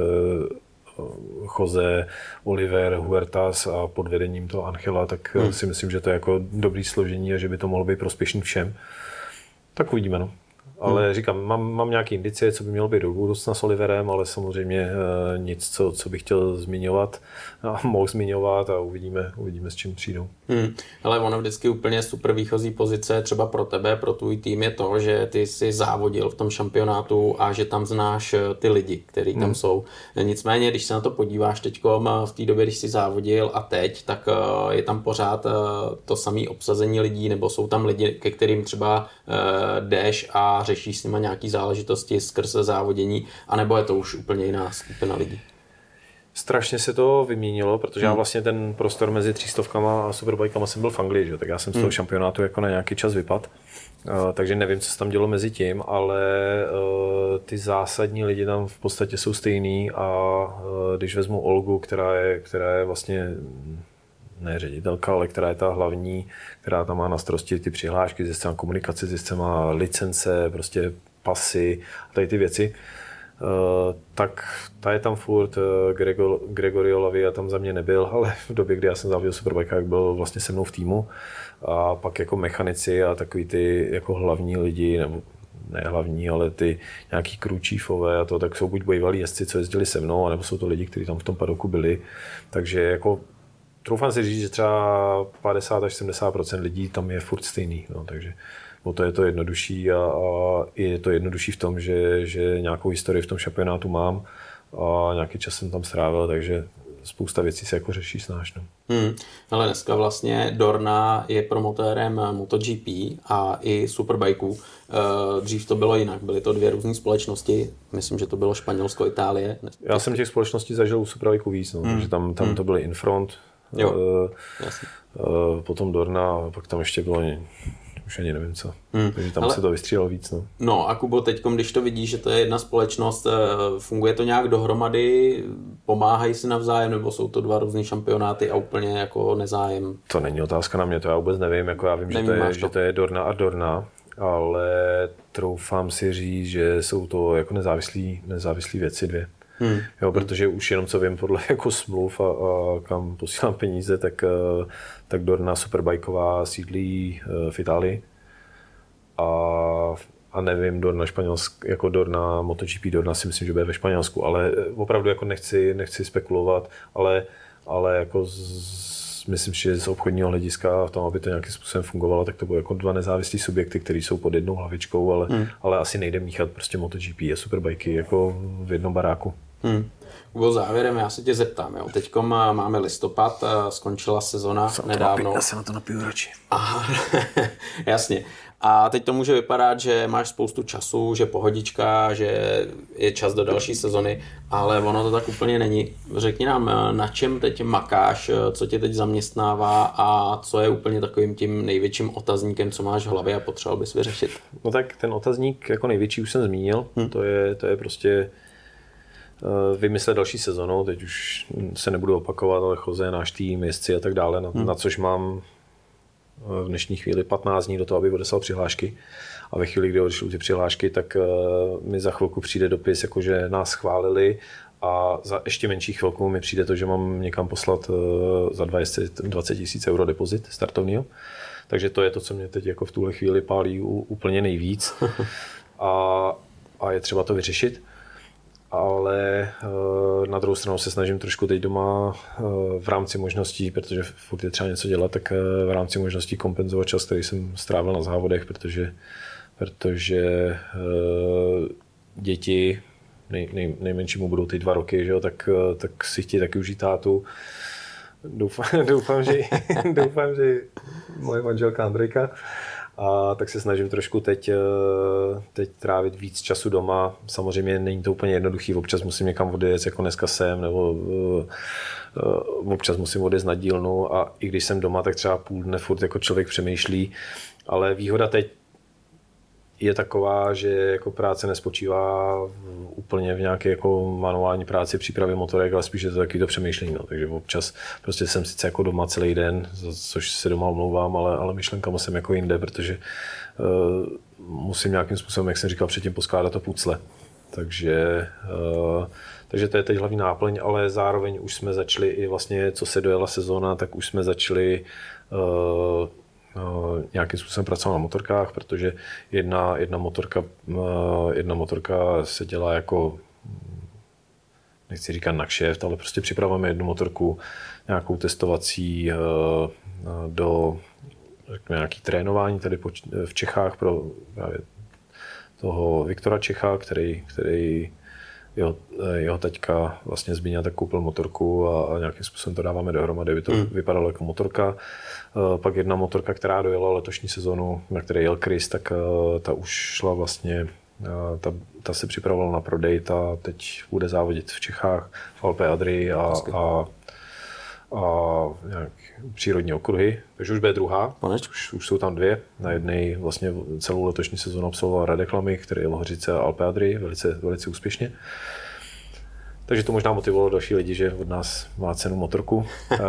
Jose, Oliver, Huertas a pod vedením toho Angela, tak hmm. si myslím, že to je jako dobrý složení a že by to mohlo být prospěšný všem. Tak uvidíme, no. Ale hmm. říkám, mám, mám nějaké indicie, co by mělo být do budoucna s Oliverem, ale samozřejmě e, nic, co, co bych chtěl zmiňovat a mohl zmiňovat a uvidíme, uvidíme, s čím přijdou. Hmm. Ale ono vždycky úplně super výchozí pozice třeba pro tebe, pro tvůj tým je to, že ty jsi závodil v tom šampionátu a že tam znáš ty lidi, kteří tam hmm. jsou. Nicméně, když se na to podíváš teďkom v té době, když jsi závodil a teď, tak je tam pořád to samé obsazení lidí, nebo jsou tam lidi, ke kterým třeba jdeš a řešíš s nima nějaký záležitosti skrze závodění, anebo je to už úplně jiná skupina lidí? Strašně se to vyměnilo, protože hmm. já vlastně ten prostor mezi třístovkama a superbajkama jsem byl v Anglii, že? Tak já jsem z toho hmm. šampionátu jako na nějaký čas vypad, uh, takže nevím, co se tam dělo mezi tím, ale uh, ty zásadní lidi tam v podstatě jsou stejný a uh, když vezmu Olgu, která je, která je vlastně ne ředitelka, ale která je ta hlavní, která tam má na starosti ty přihlášky, zjistila komunikaci, zjistila licence, prostě pasy a tady ty věci. Uh, tak ta je tam furt, uh, Gregor, Gregorio Lavia tam za mě nebyl, ale v době, kdy já jsem závodil Superbike, byl vlastně se mnou v týmu. A pak jako mechanici a takový ty jako hlavní lidi, nebo ne hlavní, ale ty nějaký crew chiefové a to, tak jsou buď bývalí jezdci, co jezdili se mnou, anebo jsou to lidi, kteří tam v tom padoku byli. Takže jako troufám si říct, že třeba padesát až sedmdesát procent lidí tam je furt stejný, no, takže o to je to jednodušší a, a je to jednodušší v tom, že, že nějakou historii v tom šampionátu mám a nějaký čas jsem tam strávil, takže spousta věcí se jako řeší snáš. No. Hmm. Ale dneska vlastně Dorna je promotérem MotoGP a i Superbikeů. Dřív to bylo jinak, byly to dvě různé společnosti, myslím, že to bylo Španělsko, Itálie. Já jsem těch společností zažil u Superbikeů víc, no, hmm. takže tam, tam hmm. to byly Infront, jo, uh, uh, potom Dorna a pak tam ještě bylo už ani nevím co. Hmm. Takže tam Ale... se to vystřílelo víc. No, no a Kubo, teďkom, když to vidíš, že to je jedna společnost, funguje to nějak dohromady, pomáhají si navzájem, nebo jsou to dva různý šampionáty a úplně jako nezájem? To není otázka na mě, to já vůbec nevím. Jako já vím, že to, je, to. že to je Dorna a Dorna, ale troufám si říct, že jsou to jako nezávislí, nezávislí věci dvě. Hmm. Jo, protože už jenom co vím podle jako smluv a, a kam posílám peníze, tak, tak Dorna Superbikeová sídlí v Itálii a, a nevím, Dorna Španělsk, jako Dorna MotoGP Dorna si myslím, že bude ve Španělsku, ale opravdu jako nechci, nechci spekulovat, ale, ale jako z, myslím, že z obchodního hlediska v tom, aby to nějakým způsobem fungovalo, tak to budou jako dva nezávislí subjekty, které jsou pod jednou hlavičkou, ale, hmm. ale asi nejde míchat prostě MotoGP a Superbikey jako v jednom baráku. Hmm. Uvo, závěrem já se tě zeptám. Jo. Teďkom máme listopad, skončila sezona Jsem nedávno. Já se na to napiju radši. Aha, jasně. A teď to může vypadat, že máš spoustu času, že pohodička, že je čas do další sezony, ale ono to tak úplně není. Řekni nám, na čem teď makáš, co tě teď zaměstnává a co je úplně takovým tím největším otazníkem, co máš v hlavě a potřeboval bys vyřešit? No tak ten otazník jako největší už jsem zmínil. Hmm. To je, to je prostě vymyslet další sezonu, teď už se nebudu opakovat, ale Jose, náš tým, jezdci a tak dále, na, hmm. na což mám v dnešní chvíli patnáct dní do toho, aby odeslal přihlášky. A ve chvíli, kdy odešlu ty přihlášky, tak uh, mi za chvilku přijde dopis, jakože nás schválili a za ještě menší chvilku mi přijde to, že mám někam poslat uh, za dvacet tisíc euro depozit startovního. Takže to je to, co mě teď jako v tuhle chvíli pálí u, úplně nejvíc. A, a je třeba to vyřešit. Ale uh, na druhou stranu se snažím trošku teď doma uh, v rámci možností, protože furt je třeba něco dělat, tak uh, v rámci možností kompenzovat čas, který jsem strávil na závodech, protože, protože uh, děti, nej, nej, nejmenšímu budou teď dva roky, že jo, tak, uh, tak si chtějí taky užít tátu. Doufám, doufám, že, doufám, že moje manželka Andrejka. A tak se snažím trošku teď, teď trávit víc času doma. Samozřejmě není to úplně jednoduchý, občas musím někam odjet, jako dneska jsem, nebo uh, občas musím odjet na dílnu a i když jsem doma, tak třeba půl dne furt jako člověk přemýšlí. Ale výhoda teď je taková, že jako práce nespočívá úplně v nějaké jako manuální práci, přípravě motorek, ale spíš je to taky to přemýšlení. No. Takže občas prostě jsem sice jako doma celý den, což se doma omlouvám, ale, ale myšlenkama jsem jako jinde, protože uh, musím nějakým způsobem, jak jsem říkal předtím, poskládat to pucle. Takže, uh, takže to je teď hlavní náplň, ale zároveň už jsme začali i vlastně, co se dojela sezóna, tak už jsme začali uh, nějakým způsobem pracovat na motorkách, protože jedna, jedna, motorka, jedna motorka se dělá jako, nechci říkat na kšeft, ale prostě připravujeme jednu motorku nějakou testovací do řekněme, nějaký trénování tady v Čechách pro právě toho Viktora Čecha, který, který jeho, jeho taťka vlastně Zbigněk tak koupil motorku a, a nějakým způsobem to dáváme dohromady, aby to mm. vypadalo jako motorka. Uh, pak jedna motorka, která dojela letošní sezonu, na které jel Chris, tak uh, ta už šla vlastně, uh, ta, ta se připravovala na prodej, ta teď bude závodit v Čechách, v Alpe Adrii a, a, a nějak přírodní okruhy, takže už bude druhá, už, už jsou tam dvě. Na jedné vlastně celou letošní sezonu absolvoval Radek Lamik, který je Lohořice a Alpe Adrii, velice, velice úspěšně. Takže to možná motivovalo další lidi, že od nás má cenu motorku.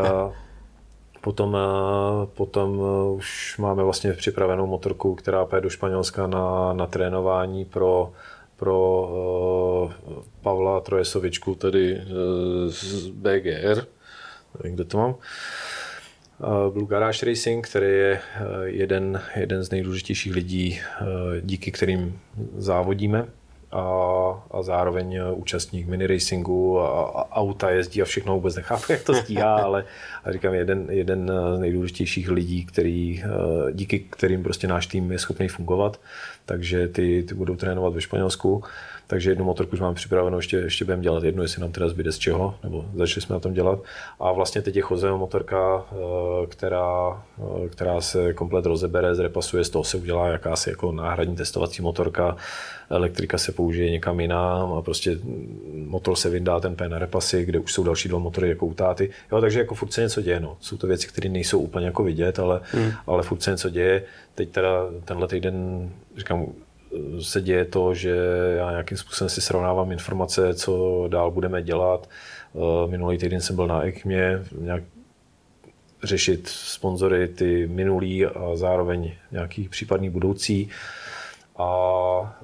Potom, potom už máme vlastně připravenou motorku, která půjde do Španělska na, na trénování pro, pro uh, Pavla Trojesovičku, tedy uh, z B G R. Kde to mám? Uh, Blue Garage Racing, který je uh, jeden, jeden z nejdůležitějších lidí, uh, díky kterým závodíme. a, a zároveň účastník mini racingu a, a auta jezdí a všechno, vůbec nechápu, jak to stíhá, ale a říkám, jeden, jeden z nejdůležitějších lidí, který, díky kterým prostě náš tým je schopný fungovat, takže ty, ty budou trénovat ve Španělsku. Takže jednu motorku už máme připravenou, ještě, ještě budeme dělat jednu, jestli nám teda zbyde z čeho, nebo začali jsme na tom dělat. A vlastně teď je Joseho motorka, která, která se komplet rozebere, zrepasuje, z toho se udělá jakási jako náhradní testovací motorka, elektrika se použije někam jinam a prostě motor se vyndá ten P na repasy, kde už jsou další dva motory jako u táty. Jo, takže jako furt se něco děje. No. Jsou to věci, které nejsou úplně jako vidět, ale, hmm. ale furt se něco děje. Teď teda tenhle týden, říkám, se děje to, že já nějakým způsobem si srovnávám informace, co dál budeme dělat. Minulý týden jsem byl na E K M E, nějak řešit sponzory ty minulý a zároveň nějaký případný budoucí. A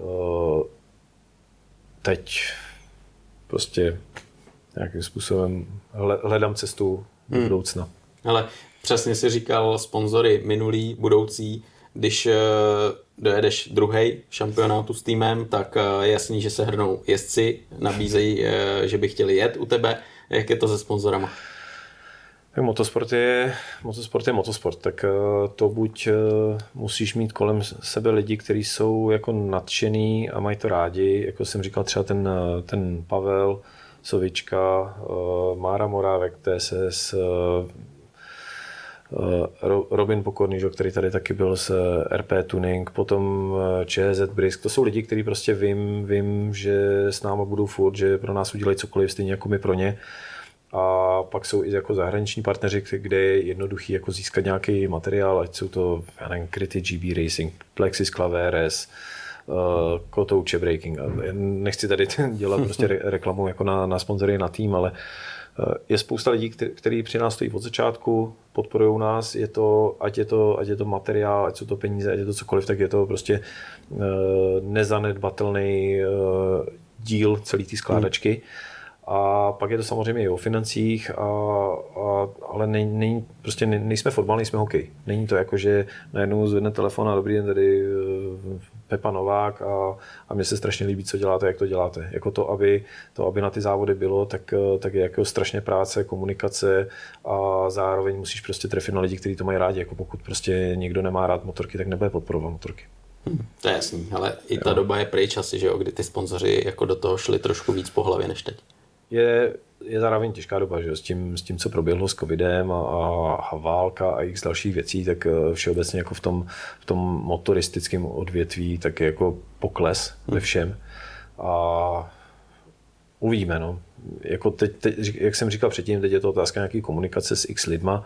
teď prostě nějakým způsobem hledám cestu do hmm. budoucna. Ale přesně si říkal sponzory minulý, budoucí. Když dojedeš druhý šampionátu s týmem, tak je jasný, že se hrnou jezdci, nabízejí, že by chtěli jet u tebe. Jak je to se sponzorama? Tak motosport je, motosport je motosport, tak to buď musíš mít kolem sebe lidi, kteří jsou jako nadšený a mají to rádi, jako jsem říkal třeba ten, ten Pavel Sovička, Mára Morávek, T S S, Robin Pokorný, který tady taky byl z R P Tuning, potom Č Z Brisk, to jsou lidi, kteří prostě vím, vím, že s náma budou furt, že pro nás udělají cokoliv, stejně jako my pro ně. A pak jsou i jako zahraniční partneři, kde je jednoduchý jako získat nějaký materiál, ať jsou to, já nevím, Kryty G B Racing, Plexis Claveres, uh, Kotouče Breaking. Nechci tady dělat prostě re- reklamu jako na, na sponzory, na tým, ale uh, je spousta lidí, kteří při nás stojí od začátku, podporují nás, je to, ať, je to, ať je to materiál, ať jsou to peníze, ať je to cokoliv, tak je to prostě uh, nezanedbatelný uh, díl celé té skládačky. Hmm. A pak je to samozřejmě i o financích, a, a, ale nej, nej, prostě ne, nejsme fotbal, nejsme hokej. Není to jako, že najednou zvedne telefon a dobrý den, tady Pepa Novák a, a mně se strašně líbí, co děláte, jak to děláte. Jako to, aby, to, aby na ty závody bylo, tak, tak je jako strašně práce, komunikace a zároveň musíš prostě trefit na lidi, kteří to mají rádi. Jako pokud prostě někdo nemá rád motorky, tak nebude podporovat motorky. Hmm, to je jasný, ale i ta jo. doba je pryč asi, že jo, kdy ty sponzoři jako do toho šli trošku víc po hlavě než teď. Je, je zároveň těžká doba, že s tím, s tím, co proběhlo s covidem a, a, a válka a x dalších věcí, tak všeobecně jako v tom, v tom motoristickém odvětví tak je jako pokles ve všem. A uvidíme, no. Jako teď, teď, jak jsem říkal předtím, teď je to otázka nějaký komunikace s x lidma,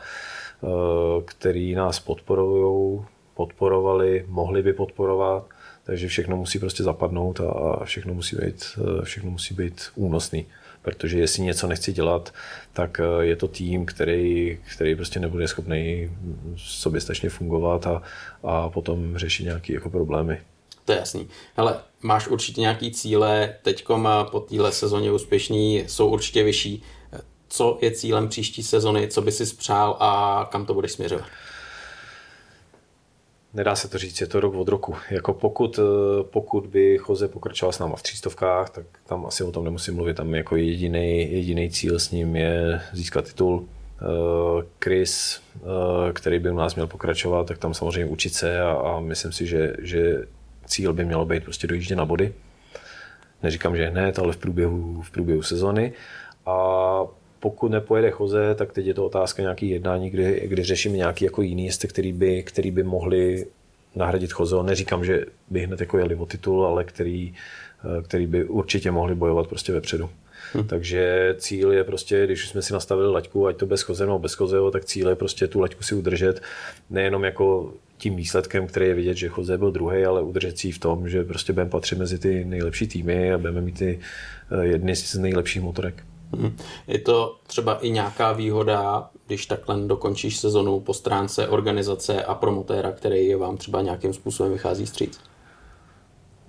který nás podporujou, podporovali, mohli by podporovat, takže všechno musí prostě zapadnout a všechno musí být, všechno musí být únosný. Protože jestli něco nechci dělat, tak je to tým, který, který prostě nebude schopný soběstačně fungovat a, a potom řešit nějaké jako problémy. To je jasný. Hele, máš určitě nějaký cíle, teďkom po téhle sezóně úspěšný jsou určitě vyšší. Co je cílem příští sezony, co by si spřál a kam to budeš směřovat? Nedá se to říct, je to rok od roku. Jako pokud, pokud by Jose pokračoval s náma v třístovkách, tak tam asi o tom nemusím mluvit. Tam jako jediný, jediný cíl s ním je získat titul. Chris, který by u nás měl pokračovat, tak tam samozřejmě učit se a, a myslím si, že, že cíl by mělo být prostě dojíždět na body. Neříkám, že hned, ale v průběhu, v průběhu sezony. A pokud nepojede Jose, tak teď je to otázka nějaký jednání, kdy, kdy řešíme nějaký jako jiný jezdce, který by, který by mohli nahradit Joseho. Neříkám, že by hned jako jeli o titul, ale který, který by určitě mohli bojovat prostě vepředu. Hmm. Takže cíl je prostě, když jsme si nastavili laťku, ať to bez Jose nebo bez Joseho, tak cíl je prostě tu laťku si udržet. Nejenom jako tím výsledkem, který je vidět, že Jose byl druhý, ale udržet si v tom, že prostě budeme patřit mezi ty nejlepší týmy a budeme mít ty jedny z nejlepších motorek. Je to třeba i nějaká výhoda, když takhle dokončíš sezonu po stránce organizace a promotéra, který vám třeba nějakým způsobem vychází vstříc?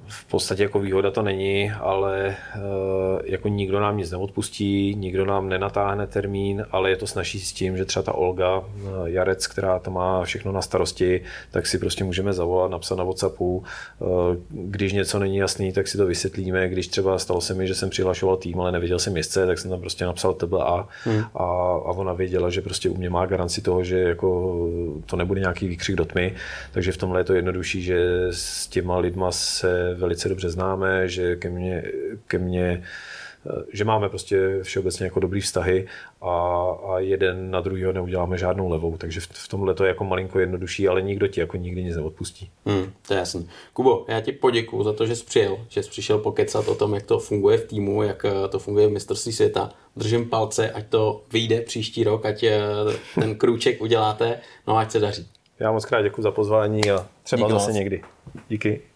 v podstatě jako výhoda to není, ale jako nikdo nám nic neodpustí, nikdo nám nenatáhne termín, ale je to snaží s tím, že třeba ta Olga Jarec, která to má všechno na starosti, tak si prostě můžeme zavolat, napsat na WhatsAppu. Když něco není jasný, tak si to vysvětlíme. Když třeba stalo se mi, že jsem přihlašoval tým, ale nevěděl jsem městce, tak jsem tam prostě napsal T B A hmm. a, a ona věděla, že prostě u mě má garanci toho, že jako to nebude nějaký výkřik do tmy. Takže v tomhle je to jednodušší, že s těma lidma se velice dobře známe, že ke mně, ke mně že máme prostě všeobecně jako dobrý vztahy a, a jeden na druhýho neuděláme žádnou levou, takže v, v tomhle to je jako malinko jednodušší, ale nikdo ti jako nikdy nic neodpustí. Hmm, to je jasný. Kubo, já ti poděkuju za to, že jsi přijel, že jsi přišel pokecat o tom, jak to funguje v týmu, jak to funguje v mistrovství světa. Držím palce, ať to vyjde příští rok, ať ten krůček uděláte, no ať se daří. Já moc krát děkuju za pozvání a třeba Díky zase moc. Někdy. Díky.